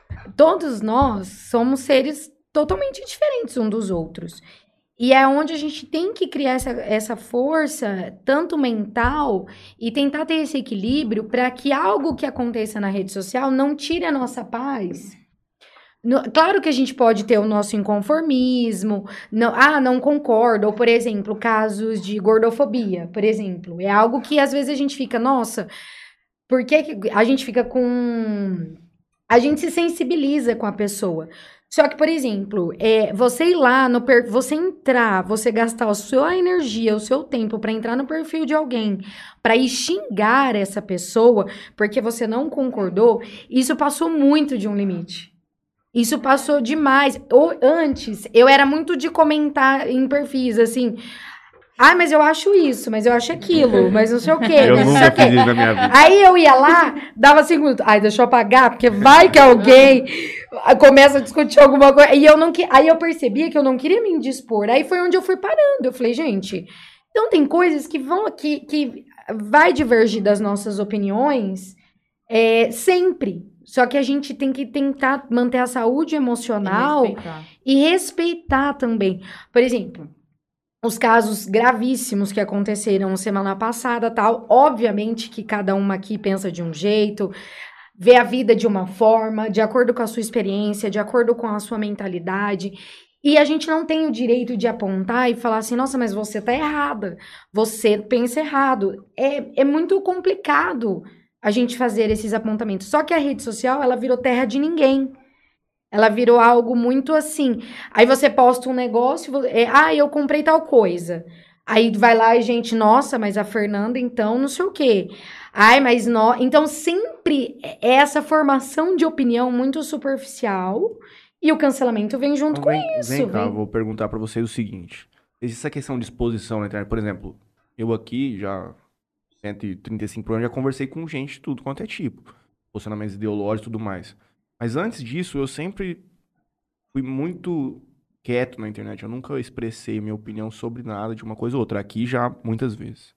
Todos nós somos seres totalmente diferentes uns dos outros. E é onde a gente tem que criar essa, essa força, tanto mental, e tentar ter esse equilíbrio para que algo que aconteça na rede social não tire a nossa paz. No- claro que a gente pode ter o nosso inconformismo, não, ah, não concordo, ou, por exemplo, casos de gordofobia, por exemplo. É algo que às vezes a gente fica, nossa, por que que a gente fica com. A gente se sensibiliza com a pessoa. Só que, por exemplo, é, você ir lá no per... você entrar, você gastar a sua energia, o seu tempo para entrar no perfil de alguém, para ir xingar essa pessoa porque você não concordou, isso passou muito de um limite. Isso passou demais. Ou, antes, eu era muito de comentar em perfis, assim. Ah, mas eu acho isso, mas eu acho aquilo, mas não sei o quê. Eu mas não sei nunca o quê. fiz isso na minha vida. Aí eu ia lá, dava cinco minutos. Ai, deixa eu apagar, porque vai que alguém começa a discutir alguma coisa. E eu não que... Aí eu percebia que eu não queria me indispor. Aí foi onde eu fui parando. Eu falei, gente, então tem coisas que vão aqui, que vai divergir das nossas opiniões é, sempre. Só que a gente tem que tentar manter a saúde emocional É respeitar. e respeitar também. Por exemplo, os casos gravíssimos que aconteceram semana passada, tal. Obviamente que cada uma aqui pensa de um jeito, vê a vida de uma forma, de acordo com a sua experiência, de acordo com a sua mentalidade. E a gente não tem o direito de apontar e falar assim, nossa, mas você tá errada, você pensa errado. É, é muito complicado a gente fazer esses apontamentos. Só que a rede social, ela virou terra de ninguém. Ela virou algo muito assim. Aí você posta um negócio, vo- é, ah, eu comprei tal coisa. Aí vai lá e gente, nossa, mas a Fernanda então não sei o quê. Ai, mas nó. Então sempre é essa formação de opinião muito superficial e o cancelamento vem junto Então, com vem, isso. vem cá, vem- vou perguntar pra vocês o seguinte. Existe essa questão de exposição na internet. Por exemplo, eu aqui, já cento e trinta e cinco programas, já conversei com gente de tudo quanto é tipo. Posicionamentos ideológicos e tudo mais. Mas antes disso, eu sempre fui muito quieto na internet. Eu nunca expressei minha opinião sobre nada de uma coisa ou outra. Aqui já, muitas vezes.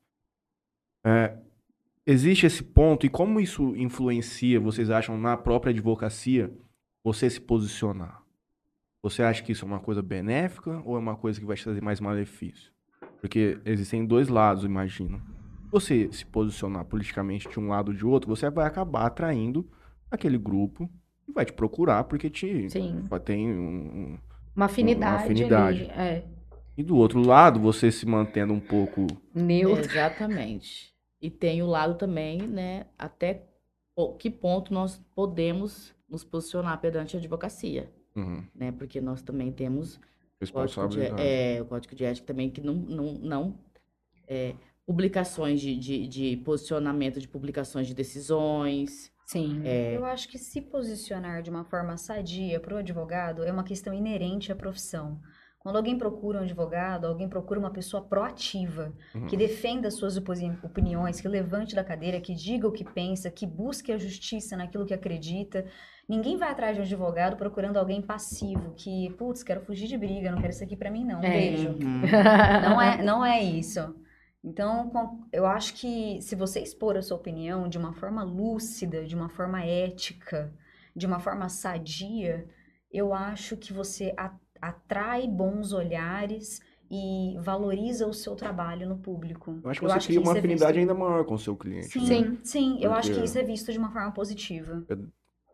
É, existe esse ponto, e como isso influencia, vocês acham, na própria advocacia, você se posicionar? Você acha que isso é uma coisa benéfica ou é uma coisa que vai te trazer mais malefício? Porque existem dois lados, imagino. Se você se posicionar politicamente de um lado ou de outro, você vai acabar atraindo aquele grupo e vai te procurar porque te Sim. tem um... Uma afinidade. Uma afinidade. Ali, é. E do outro lado, você se mantendo um pouco... Neutro. Exatamente. E tem o lado também, né, até o- que ponto nós podemos nos posicionar perante a advocacia, Uhum, né? Porque nós também temos código de, responsabilidade. é, o código de ética também que não, não, não é, publicações de, de, de posicionamento de publicações de decisões. Sim. É, Eu acho que se posicionar de uma forma sadia para o advogado é uma questão inerente à profissão. Quando alguém procura um advogado, alguém procura uma pessoa proativa, Uhum. que defenda suas oposi- opiniões, que levante da cadeira, que diga o que pensa, que busque a justiça naquilo que acredita. Ninguém vai atrás de um advogado procurando alguém passivo, que, putz, quero fugir de briga, não quero isso aqui para mim não, um É. beijo. uhum. Não é, não é isso. Então, com- eu acho que se você expor a sua opinião de uma forma lúcida, de uma forma ética, de uma forma sadia, eu acho que você a- atrai bons olhares e valoriza o seu trabalho no público. Eu acho que você cria uma isso é afinidade visto- ainda maior com o seu cliente. Sim, né? Sim. sim, eu acho que Porque- isso é visto de uma forma positiva. Eu-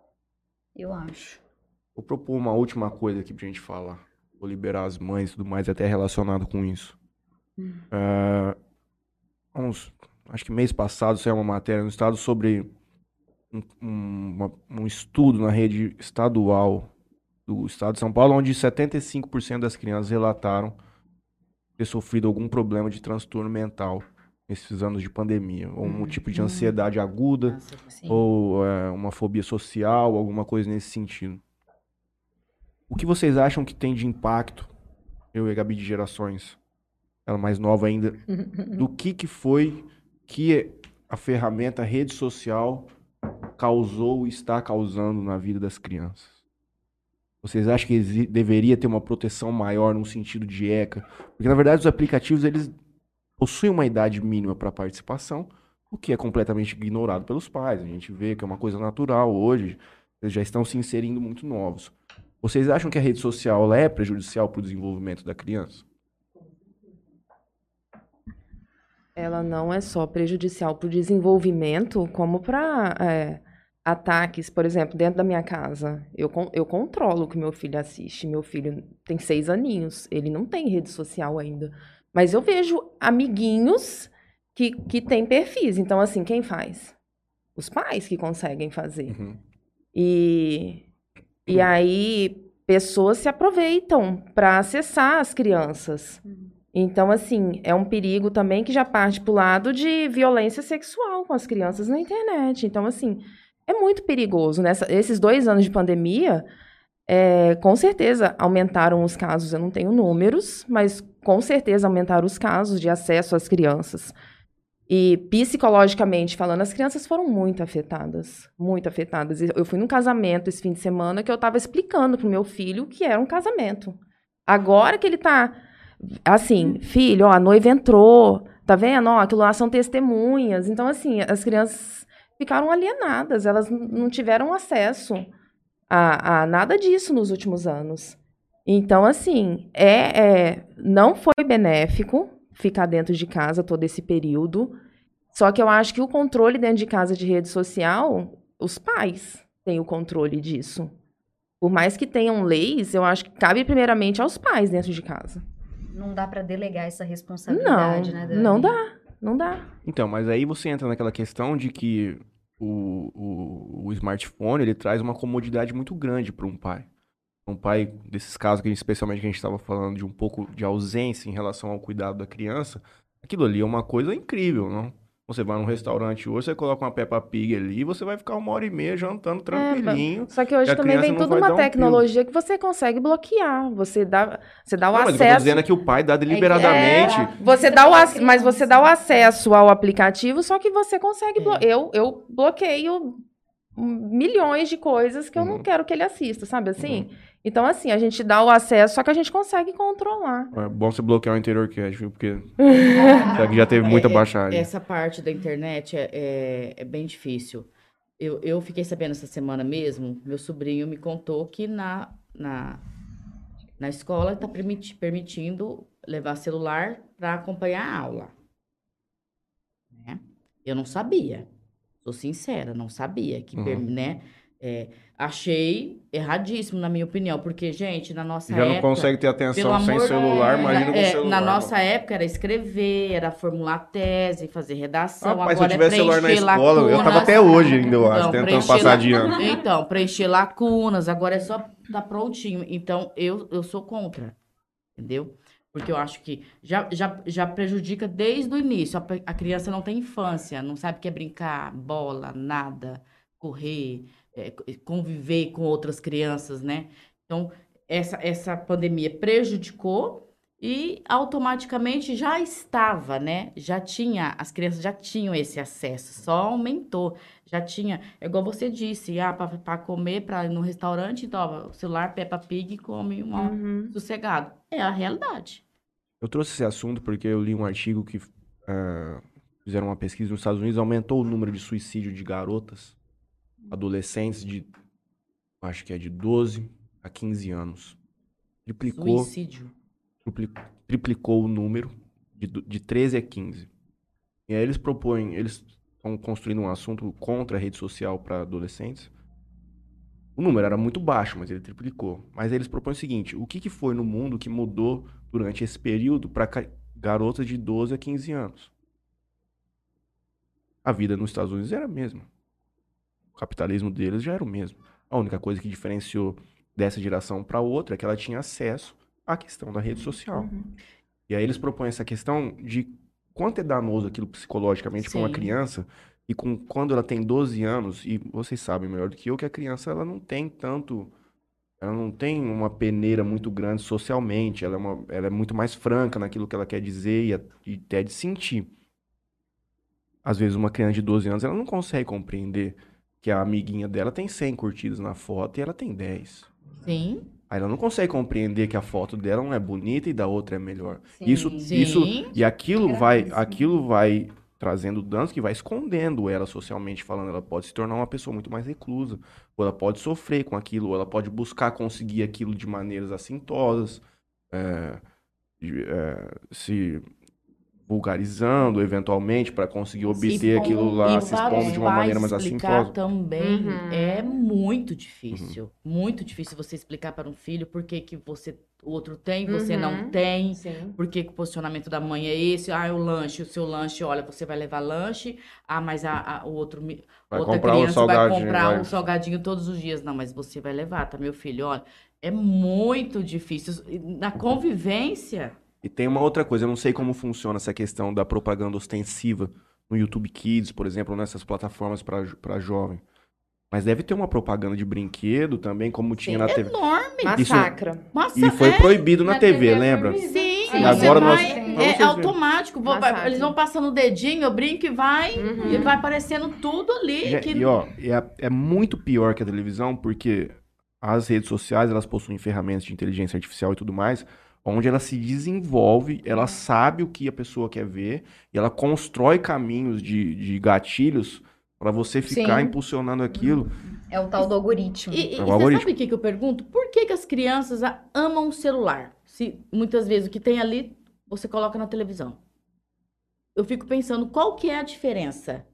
Eu acho. Vou propor uma última coisa aqui pra gente falar. Vou liberar as mães e tudo mais, até relacionado com isso. É, há uns, acho que mês passado saiu uma matéria no estado sobre um, um- uma- um estudo na rede estadual do estado de São Paulo, onde setenta e cinco por cento das crianças relataram ter sofrido algum problema de transtorno mental nesses anos de pandemia. Ou um tipo de ansiedade aguda, Nossa, Sim. ou é, uma fobia social, alguma coisa nesse sentido. O que vocês acham que tem de impacto, eu e a Gabi de gerações, ela mais nova ainda, do que, que foi que a ferramenta rede social causou e está causando na vida das crianças? Vocês acham que exi- deveria ter uma proteção maior no sentido de ECA? Porque, na verdade, os aplicativos, eles possuem uma idade mínima para participação, o que é completamente ignorado pelos pais. A gente vê que é uma coisa natural hoje, eles já estão se inserindo muito novos. Vocês acham que a rede social ela é prejudicial para o desenvolvimento da criança? Ela não é só prejudicial para o desenvolvimento, como para ataques, por exemplo, dentro da minha casa. Eu, con- eu controlo o que meu filho assiste. Meu filho tem seis aninhos, ele não tem rede social ainda. Mas eu vejo amiguinhos que, que têm perfis. Então, assim, quem faz? Os pais que conseguem fazer. Uhum. E, e aí, pessoas se aproveitam para acessar as crianças. Então, assim, é um perigo também que já parte para o lado de violência sexual com as crianças na internet. Então, assim, é muito perigoso. Nessa, esses dois anos de pandemia, é, com certeza aumentaram os casos. Eu não tenho números, mas com certeza aumentaram os casos de acesso às crianças. E psicologicamente falando, as crianças foram muito afetadas, muito afetadas. Eu fui num casamento esse fim de semana que eu estava explicando pro meu filho o que era um casamento. Agora que ele tá assim, filho, ó, a noiva entrou, tá vendo? Ó, aquilo lá são testemunhas. Então, assim, as crianças ficaram alienadas, elas n- não tiveram acesso a, a nada disso nos últimos anos. Então, assim, é, é, não foi benéfico ficar dentro de casa todo esse período. Só que eu acho que o controle dentro de casa de rede social, os pais têm o controle disso. Por mais que tenham leis, eu acho que cabe primeiramente aos pais dentro de casa. Não dá pra delegar essa Não, responsabilidade, né, Dani? não dá, não dá. Então, mas aí você entra naquela questão de que o, o, o smartphone ele traz uma comodidade muito grande para um pai. Um pai, desses casos que especialmente que a gente estava falando de um pouco de ausência em relação ao cuidado da criança, aquilo ali é uma coisa incrível, não? Você vai num restaurante hoje, você coloca uma Peppa Pig ali e você vai ficar uma hora e meia jantando tranquilinho. Só que E hoje a também criança vem não toda vai dar uma um tecnologia que você consegue bloquear. Você dá, você dá o Não, mas o que eu tô acesso. dizendo é que o pai dá deliberadamente. É, você dá o ac- mas você dá o acesso ao aplicativo, só que você consegue É. bloquear. Eu, eu bloqueio milhões de coisas que eu não Uhum. quero que ele assista, sabe assim? Então, assim, a gente dá o acesso, só que a gente consegue controlar. É bom você bloquear o interior cache, viu? Porque isso aqui já teve muita É, é, baixagem. Essa parte da internet é, é, é bem difícil. Eu, eu fiquei sabendo essa semana mesmo, meu sobrinho me contou que na, na, na escola está permiti, permitindo levar celular para acompanhar a aula. Né? Eu não sabia, sou sincera, não sabia que, per- Uhum. né? É, achei erradíssimo, na minha opinião, porque, gente, na nossa Já não época... consegue ter Pelo atenção sem amor- celular, imagina na, com é, celular. na mano. nossa época era escrever, era formular tese, fazer redação. Rapaz, se eu agora tivesse é celular na preencher escola, eu tava lacunas. até hoje ainda, eu acho, Então, tentando preencher passar la- de ano. Então, preencher lacunas, agora é só tá prontinho. Então, eu, eu sou contra, entendeu? Porque eu acho que já, já, já prejudica desde o início. A, pe- a criança não tem infância, não sabe o que é brincar, bola, nada, correr, é, co- conviver com outras crianças, né? Então, essa, essa pandemia prejudicou e automaticamente já estava, né? Já tinha, as crianças já tinham esse acesso, só aumentou. Já tinha, é igual você disse, ah, para comer, para ir no restaurante, então, ó, o celular, Peppa Pig, come uma, Uhum. sossegado. É a realidade. Eu trouxe esse assunto porque eu li um artigo que ah, fizeram uma pesquisa nos Estados Unidos, aumentou o número de suicídio de garotas, adolescentes de, acho que é de doze a quinze anos. Triplicou, Suicídio. tripli- triplicou o número de, do- de treze a quinze. E aí eles propõem, eles estão construindo um assunto contra a rede social para adolescentes. O número era muito baixo, mas ele triplicou. Mas eles propõem o seguinte: o que, que foi no mundo que mudou durante esse período para garotas de doze a quinze anos? A vida nos Estados Unidos era a mesma. O capitalismo deles já era o mesmo. A única coisa que diferenciou dessa geração para outra é que ela tinha acesso à questão da rede social. Uhum. E aí eles propõem essa questão de quanto é danoso aquilo psicologicamente para uma Sim. criança, e com, quando ela tem doze anos, e vocês sabem melhor do que eu, que a criança ela não tem tanto, ela não tem uma peneira muito grande socialmente, ela é, uma, ela é muito mais franca naquilo que ela quer dizer e, a- e até de sentir. Às vezes uma criança de doze anos, ela não consegue compreender que a amiguinha dela tem cem curtidas na foto e ela tem dez. Sim. Aí ela não consegue compreender que a foto dela não é bonita e da outra é melhor. Sim. Isso, Sim. isso e aquilo É vai, gravíssimo. aquilo vai trazendo danos que vai escondendo ela socialmente falando. Ela pode se tornar uma pessoa muito mais reclusa, ou ela pode sofrer com aquilo, ou ela pode buscar conseguir aquilo de maneiras assintosas, é, de- é, se vulgarizando eventualmente para conseguir obter E aquilo com- lá, e se para expondo os de uma maneira pais mais explicar assintosa. também Uhum. é muito difícil. Muito difícil você explicar para um filho por que, que você, o outro tem, você não Uhum. tem. Sim. Por que, que o posicionamento da mãe é esse? Ah, é o lanche, o seu lanche, olha, você vai levar lanche. Ah, mas a, a- o outro, mi- Vai outra comprar o criança vai salgadinho, comprar vai. um salgadinho todos os dias. Não, mas você vai levar, tá, meu filho? Olha, é muito difícil. E na convivência, E tem uma outra coisa, eu não sei como funciona essa questão da propaganda ostensiva no YouTube Kids, por exemplo, ou nessas plataformas para jovem. Mas deve ter uma propaganda de brinquedo também, como tinha na T V. enorme. Massacra. Nossa, E foi é. proibido na Na T V, T V é lembra? proibido. Sim, Sim. e Agora você nós- vai, pra é vocês verem. automático, vou- vai- Massacre. eles vão passando o dedinho, eu brinco e vai, Uhum. e vai aparecendo tudo ali. E, que- e, ó, é, é muito pior que a televisão, porque as redes sociais, elas possuem ferramentas de inteligência artificial e tudo mais, onde ela se desenvolve, ela sabe o que a pessoa quer ver, e ela constrói caminhos de, de gatilhos para você ficar Sim. impulsionando aquilo. É o tal do algoritmo. E, e É o você algoritmo. sabe o que, que eu pergunto? Por que, que as crianças a- amam o celular? Se muitas vezes o que tem ali, você coloca na televisão. Eu fico pensando, qual que é a diferença?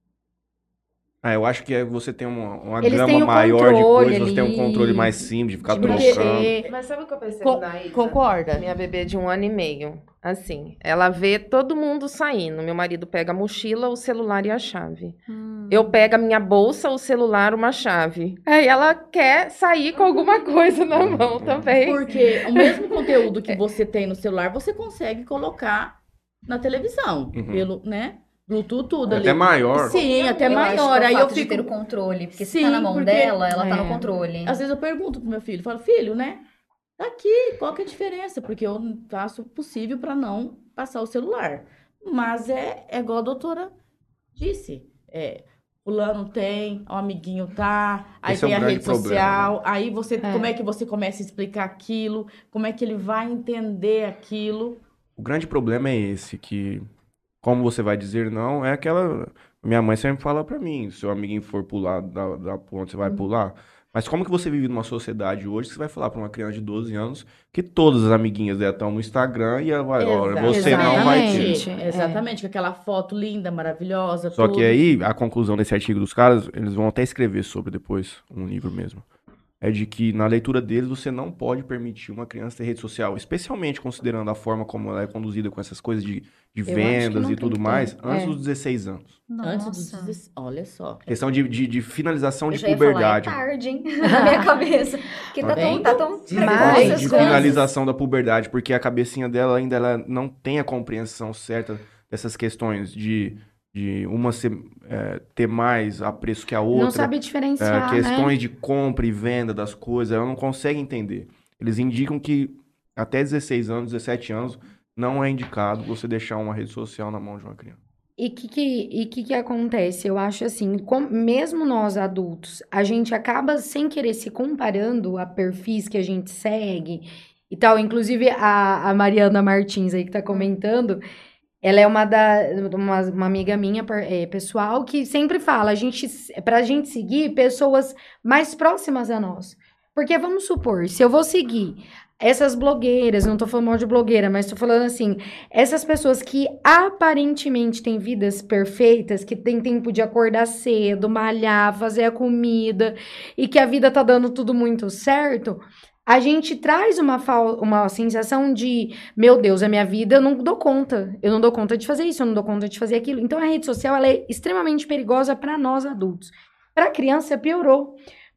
Ah, eu acho que é você tem uma, uma Eles gama têm o maior de controle coisas, você tem um ali, controle mais simples de ficar de Porque, trocando. é, Mas sabe o que eu percebo con- da Isa? concorda? Minha bebê de um ano e meio. Assim, ela vê todo mundo saindo. Meu marido pega a mochila, o celular e a chave. Hum. Eu pego a minha bolsa, o celular, uma chave. Aí ela quer sair com alguma coisa na mão também. Porque o mesmo conteúdo que você tem no celular, você consegue colocar na televisão. Uhum. Pelo, né? Bluetooth, tudo É ali. até maior. Sim, até Eu acho que maior. é o Aí eu fato de fico. ter o controle, porque se Sim, tá na mão porque- dela, ela tá É. no controle. Às vezes eu pergunto pro meu filho, falo, filho, né? Tá aqui, qual que é a diferença? Porque eu faço o possível para não passar o celular. Mas é, é igual a doutora disse. É, fulano tem, o amiguinho tá, aí Esse é um tem a grande rede problema, social, aí você, É. como é que você começa a explicar aquilo? Como é que ele vai entender aquilo? O grande problema é esse, que como você vai dizer não, é aquela... Minha mãe sempre fala pra mim, se o amiguinho for pular da, da ponte, você vai pular. Mas como que você vive numa sociedade hoje que você vai falar pra uma criança de doze anos que todas as amiguinhas dela estão no Instagram e ela vai, olha, você não vai ter. Exatamente. É. Exatamente, com aquela foto linda, maravilhosa, Só que tudo. aí, a conclusão desse artigo dos caras, eles vão até escrever sobre depois, um livro mesmo. É de que na leitura deles você não pode permitir uma criança ter rede social, especialmente considerando a forma como ela é conduzida com essas coisas de, de acho que vendas não e tem tudo que mais, ter. antes É. dos dezesseis anos. Antes dos Nossa. dezesseis. Olha só. Questão de, de, de finalização Eu de já ia falar, é puberdade. tarde, hein? Na minha cabeça. Porque tá tão, tá tão Demais. precoce Fala as de coisas. finalização da puberdade, porque a cabecinha dela ainda ela não tem a compreensão certa dessas questões de, de uma ser, é, ter mais apreço que a outra. Não sabe É, diferenciar, questões né? de compra e venda das coisas, ela não consegue entender. Eles indicam que até dezesseis anos, dezessete anos, não é indicado você deixar uma rede social na mão de uma criança. E que que, e que que acontece? Eu acho assim, com- mesmo nós adultos, a gente acaba sem querer se comparando a perfis que a gente segue e tal. Inclusive, a, a Mariana Martins aí que tá comentando, ela é uma da uma, uma amiga minha per- é, pessoal que sempre fala, a gente, pra gente seguir pessoas mais próximas a nós. Porque vamos supor, se eu vou seguir essas blogueiras, não tô falando mal de blogueira, mas tô falando assim, essas pessoas que aparentemente têm vidas perfeitas, que têm tempo de acordar cedo, malhar, fazer a comida, e que a vida tá dando tudo muito certo, a gente traz uma, fal- uma sensação de, meu Deus, a minha vida eu não dou conta, eu não dou conta de fazer isso, eu não dou conta de fazer aquilo. Então a rede social ela é extremamente perigosa para nós adultos. Para criança piorou.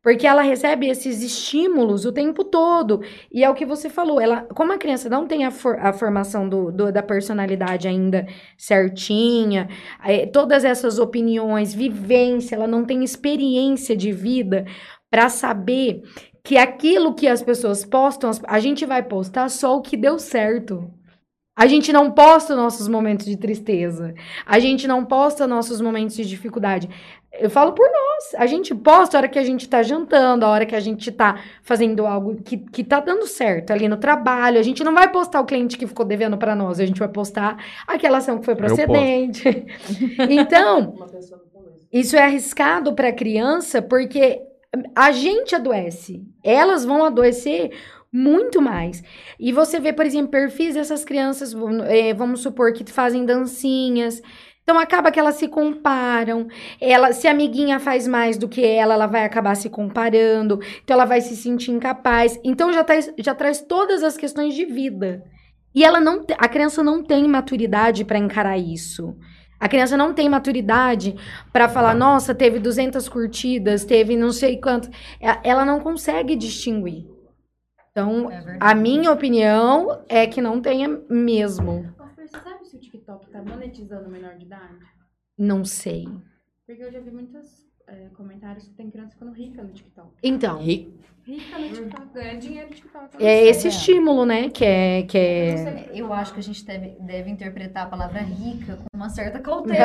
Porque ela recebe esses estímulos o tempo todo. E é o que você falou, ela, como a criança não tem a, for, a formação do, do, da personalidade ainda certinha, é, todas essas opiniões, vivência, ela não tem experiência de vida para saber que aquilo que as pessoas postam, a gente vai postar só o que deu certo. A gente não posta nossos momentos de tristeza. A gente não posta nossos momentos de dificuldade. Eu falo por nós. A gente posta a hora que a gente tá jantando, a hora que a gente tá fazendo algo que, que tá dando certo ali no trabalho. A gente não vai postar o cliente que ficou devendo pra nós. A gente vai postar aquela ação que foi procedente. Então, isso é arriscado pra criança porque a gente adoece. Elas vão adoecer muito mais. E você vê, por exemplo, perfis dessas crianças, é, vamos supor que fazem dancinhas. Então, acaba que elas se comparam. Ela, se a amiguinha faz mais do que ela, ela vai acabar se comparando. Então, ela vai se sentir incapaz. Então, já, tá, já traz todas as questões de vida. E ela não, a criança não tem maturidade para encarar isso. A criança não tem maturidade para falar, nossa, teve duzentas curtidas, teve não sei quanto. Ela não consegue distinguir. Então, é a minha opinião é que não tenha mesmo. Você sabe se o TikTok tá monetizando menor de idade? Não sei. Porque eu já vi muitos é, comentários que tem criança ficando rica no TikTok. Então. Rico. Rica no TikTok, ganha dinheiro no TikTok. É esse estímulo, né? Que é. Que é... Eu acho que a gente deve, deve interpretar a palavra rica com uma certa cautela.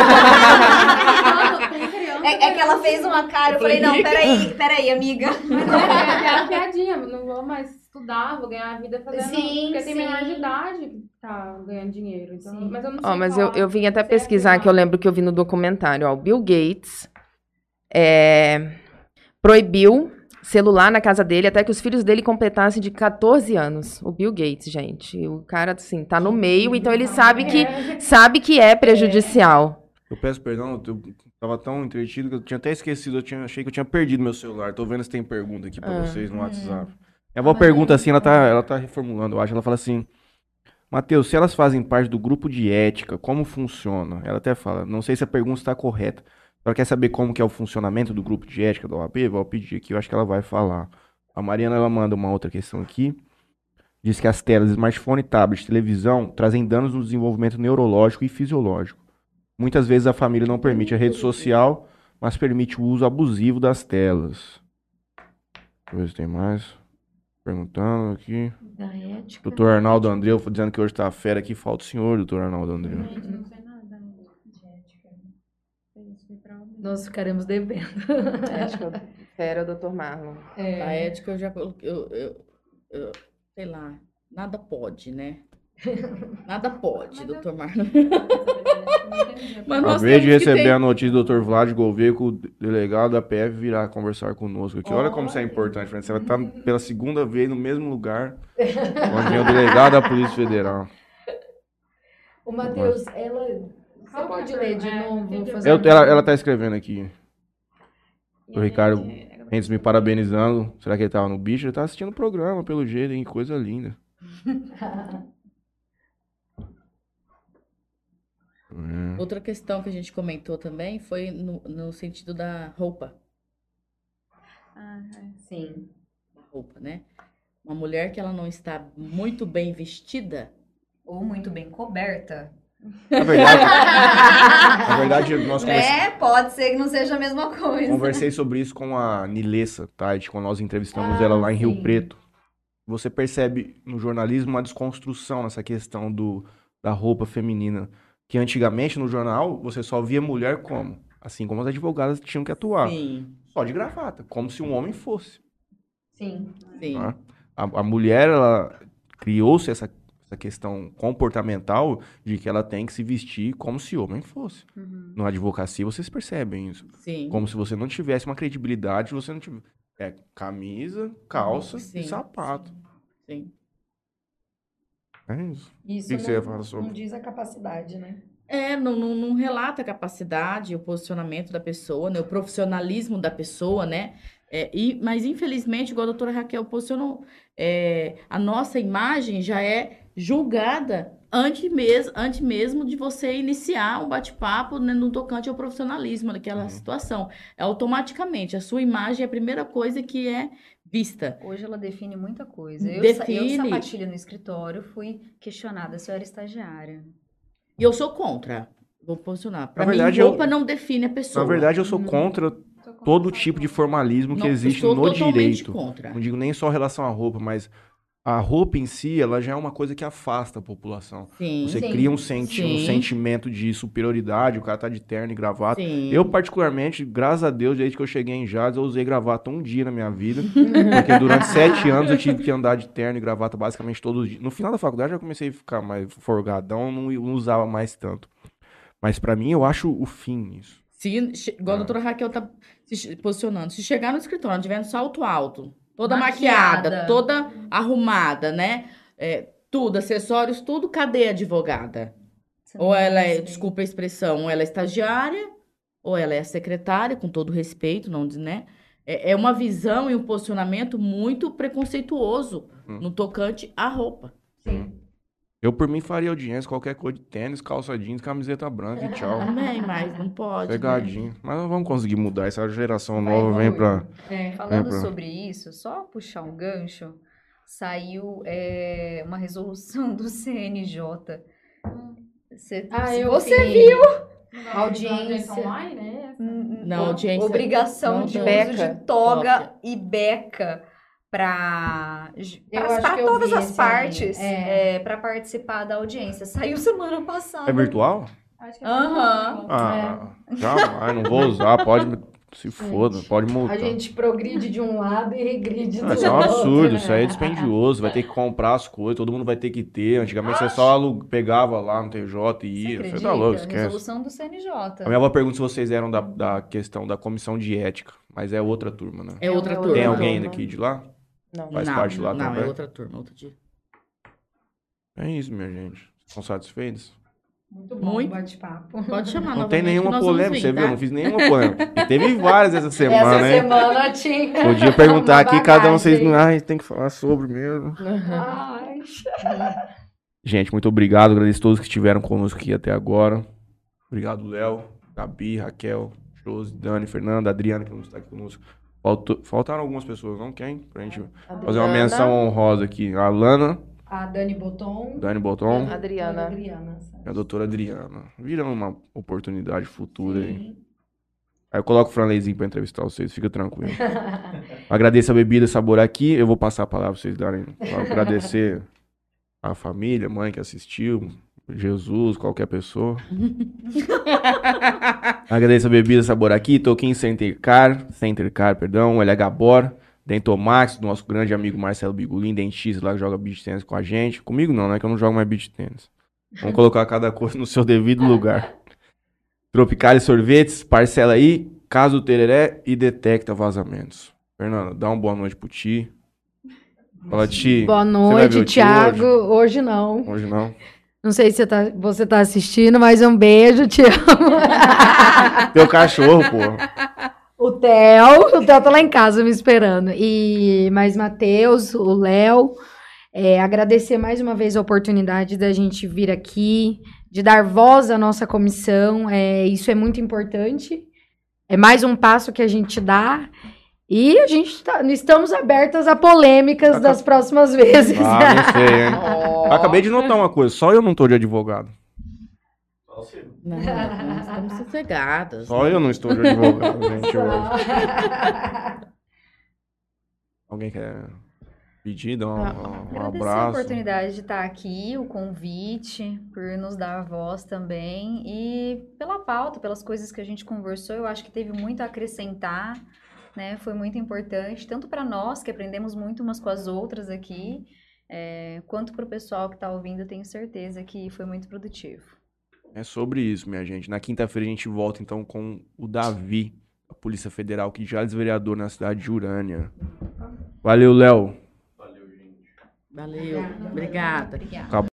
é, é que ela fez uma cara, eu falei, não, peraí, peraí, amiga. Mas é aquela piadinha, não vou mais estudar, vou ganhar a vida fazendo. Sim, porque sim. tem menor de idade que tá ganhando dinheiro. Então, Sim. mas eu não sei. Ó, mas qual, eu, eu vim até se é pesquisar, que eu privado. lembro que eu vi no documentário, ó, o Bill Gates é, proibiu celular na casa dele até que os filhos dele completassem de catorze anos. O Bill Gates, gente. O cara, assim, tá no meio, então ele sabe que, sabe que é prejudicial. Eu peço perdão, eu tava tão entretido que eu tinha até esquecido, eu tinha, achei que eu tinha perdido meu celular. Tô vendo se tem pergunta aqui pra Ah. vocês no WhatsApp. Minha avó pergunta assim, ela tá, ela tá reformulando, eu acho. Ela fala assim, Matheus, se elas fazem parte do grupo de ética, como funciona? Ela até fala, não sei se a pergunta está correta. Ela quer saber como que é o funcionamento do grupo de ética da O A B? Vou pedir aqui, eu acho que ela vai falar. A Mariana, ela manda uma outra questão aqui. Diz que as telas, smartphone, tablet, televisão, trazem danos no desenvolvimento neurológico e fisiológico. Muitas vezes a família não permite a rede social, mas permite o uso abusivo das telas. Deixa eu ver se tem mais. Perguntando aqui. Da ética. doutor Arnaldo Andreu dizendo que hoje tá fera aqui. Falta o senhor, doutor Arnaldo Andreu. Gente, não sei nada de ética. Nós ficaremos devendo. Ética, fera, doutor Marlon. É. A ética eu já coloquei, eu, eu, eu- sei lá, nada pode, né? Nada pode, Mas doutor eu- Marlon. Mas nós Acabei de temos que receber ter- a notícia do doutor Vlad Gouveia que o delegado da P F virá conversar conosco aqui. Olha como isso é importante, Fran. Você vai estar pela segunda vez no mesmo lugar onde vem o delegado da Polícia Federal. O Matheus, ela. Você pode ler de novo? Fazer Eu- uma- ela, ela tá escrevendo aqui. O Ricardo Mendes me parabenizando. Será que ele tava no bicho? Ele tá assistindo o programa, pelo jeito, hein? Coisa linda. É. Outra questão que a gente comentou também foi no, no sentido da roupa. Ah, é. Sim. Da roupa, né? Uma mulher que ela não está muito bem vestida, Ou muito bem coberta. Na verdade, na verdade, nós conversa- É, pode ser que não seja a mesma coisa. conversei sobre isso com a Nilessa Tade, quando nós entrevistamos Ah, ela lá em Rio sim. Preto. Você percebe no jornalismo uma desconstrução nessa questão do, da roupa feminina. Que antigamente no jornal você só via mulher como? Assim como as advogadas tinham que atuar. sim, Só de gravata, como se um homem fosse. Sim. sim. Tá? A, a mulher, ela criou-se essa, essa questão comportamental de que ela tem que se vestir como se homem fosse. Uhum. Na advocacia vocês percebem isso. Sim. Como se você não tivesse uma credibilidade, você não tivesse. É camisa, calça Sim, e sapato. Sim. É isso. Isso O que que você não, ia falar sobre? não diz a capacidade, né? É, não, não, não relata a capacidade, o posicionamento da pessoa, né? O profissionalismo da pessoa, né? É, e, mas, infelizmente, igual a doutora Raquel posicionou, é, a nossa imagem já é julgada antes mesmo, antes mesmo de você iniciar um bate-papo, né, no tocante ao profissionalismo daquela Uhum. situação. É automaticamente, a sua imagem é a primeira coisa que é vista. Hoje ela define muita coisa. Eu, Define. eu sapatilha no escritório, fui questionada se eu era estagiária. E eu sou contra. Vou posicionar. Pra Na mim, verdade, eu- roupa não define a pessoa. Na verdade, eu sou contra todo tipo de formalismo que Não, eu existe sou no totalmente direito. contra. Não digo nem só em relação à roupa, mas a roupa em si, ela já é uma coisa que afasta a população. Sim, Você Sim. cria um, senti um Sim. sentimento de superioridade, o cara tá de terno e gravata. sim. Eu, particularmente, graças a Deus, desde que eu cheguei em Jales, eu usei gravata um dia na minha vida. Porque durante sete anos eu tive que andar de terno e gravata basicamente todos os dias. No final da faculdade eu comecei a ficar mais forgadão, não, não usava mais tanto. Mas pra mim, eu acho o fim isso. Se, che- igual a Ah. doutora Raquel tá se posicionando, se chegar no escritório, tiver no salto alto, toda Maquiada. maquiada, toda arrumada, né? É, tudo, acessórios, tudo, cadê a advogada? Você Ou não ela é, respeita. desculpa a expressão, ou ela é estagiária, ou ela é secretária, com todo respeito, não, diz, né? É, é uma visão e um posicionamento muito preconceituoso Hum. no tocante à roupa. Eu, por mim, faria audiência, qualquer cor de tênis, calça jeans, camiseta branca e tchau. Também, mas não pode, né? Pegadinho. Mas não vamos conseguir mudar. Essa geração Vai nova vem evoluir. pra... É. Falando pra- sobre isso, só puxar um gancho, saiu é, uma resolução do C N J. Cê- Ah, se eu você vi. viu? Audiência. online, né? Não, o- audiência- obrigação não, de beca. uso de toga Toga. e beca para Eu acho que eu todas vi as esse aí. partes É. para participar da audiência. Saiu semana passada. É virtual? Acho que é Aham. Ah, jamais, não vou usar. Pode me- se foda, pode multar. A gente progride de um lado e regride do Ah, outro. isso é um absurdo, né? isso aí é dispendioso, vai ter que comprar as coisas, todo mundo vai ter que ter. Antigamente você só alu- pegava lá no T J e Você ia. Você acredita? tá louco, esquece. Resolução do C N J. A minha avó pergunta se vocês eram da, da questão da comissão de ética, mas é outra turma, né? É outra É turma. Tem turma. alguém daqui de lá? Não. Faz não, parte lá não, também? é outra turma, outro dia. É isso, minha gente. Estão satisfeitos? Muito bom Muito. o bate-papo. Pode chamar Não tem novamente que nenhuma nós vamos polêmica, vir, você viu? tá? Não fiz nenhuma polêmica. E teve várias essa semana, Essa hein? semana tinha. Podia perguntar uma aqui, cada um vocês bagagem. não. Ai, tem que falar sobre mesmo. Ai. Gente, muito obrigado. Agradeço a todos que estiveram conosco aqui até agora. Obrigado, Léo, Gabi, Raquel, Josi, Dani, Fernanda, Adriana, que não está aqui conosco. Faltou- faltaram algumas pessoas, não? Quem? Pra gente fazer uma Adriana, menção honrosa aqui. A Alana, A Dani Boton. Dani Boton Adriana. Adriana. e a doutora Adriana. Viram uma oportunidade futura aí. Aí eu coloco o Franleizinho pra entrevistar vocês, fica tranquilo. Agradeço a bebida Sabor aqui. Eu vou passar a palavra pra vocês darem. Pra agradecer a família, a mãe que assistiu, Jesus, qualquer pessoa. Agradeço a bebida Sabor aqui, Toquinho Center Car, Center Car, perdão, L H Bor, Dentomax, do nosso grande amigo Marcelo Bigulin, dentista lá que joga beach tênis com a gente. Comigo não, né? Que eu não jogo mais beach tênis. Vamos colocar cada coisa no seu devido lugar. Tropicale Sorvetes, parcela aí, Caso Tereré e detecta vazamentos. Fernanda, dá uma boa noite pro Ti. Fala, Ti. Boa vai ver noite, o Ti Thiago. Hoje? não. Hoje não. Não sei se você tá, você tá assistindo, mas um beijo, te amo. Teu cachorro, pô. O Theo, o Theo tá lá em casa me esperando. E mais Matheus, o Léo, é, agradecer mais uma vez a oportunidade da gente vir aqui, de dar voz à nossa comissão. É, isso é muito importante. É mais um passo que a gente dá. E a gente tá, estamos abertas a polêmicas das próximas vezes. Ah, não sei, hein? Ó. Acabei de notar uma coisa, só eu não tô de advogado. Não, nós estamos sossegadas. Só eu não estou de advogado, gente. hoje. Alguém quer pedir, dar um, um Agradecer a abraço? oportunidade de estar aqui, o convite, por nos dar voz também e pela pauta, pelas coisas que a gente conversou, eu acho que teve muito a acrescentar, né? Foi muito importante, tanto para nós, que aprendemos muito umas com as outras aqui, é, quanto para o pessoal que está ouvindo, eu tenho certeza que foi muito produtivo. É sobre isso, minha gente. Na quinta-feira a gente volta então com o Davi, da Polícia Federal, que já é desvereador na cidade de Urânia. Valeu, Léo. Valeu, obrigada. Obrigada. Acabou.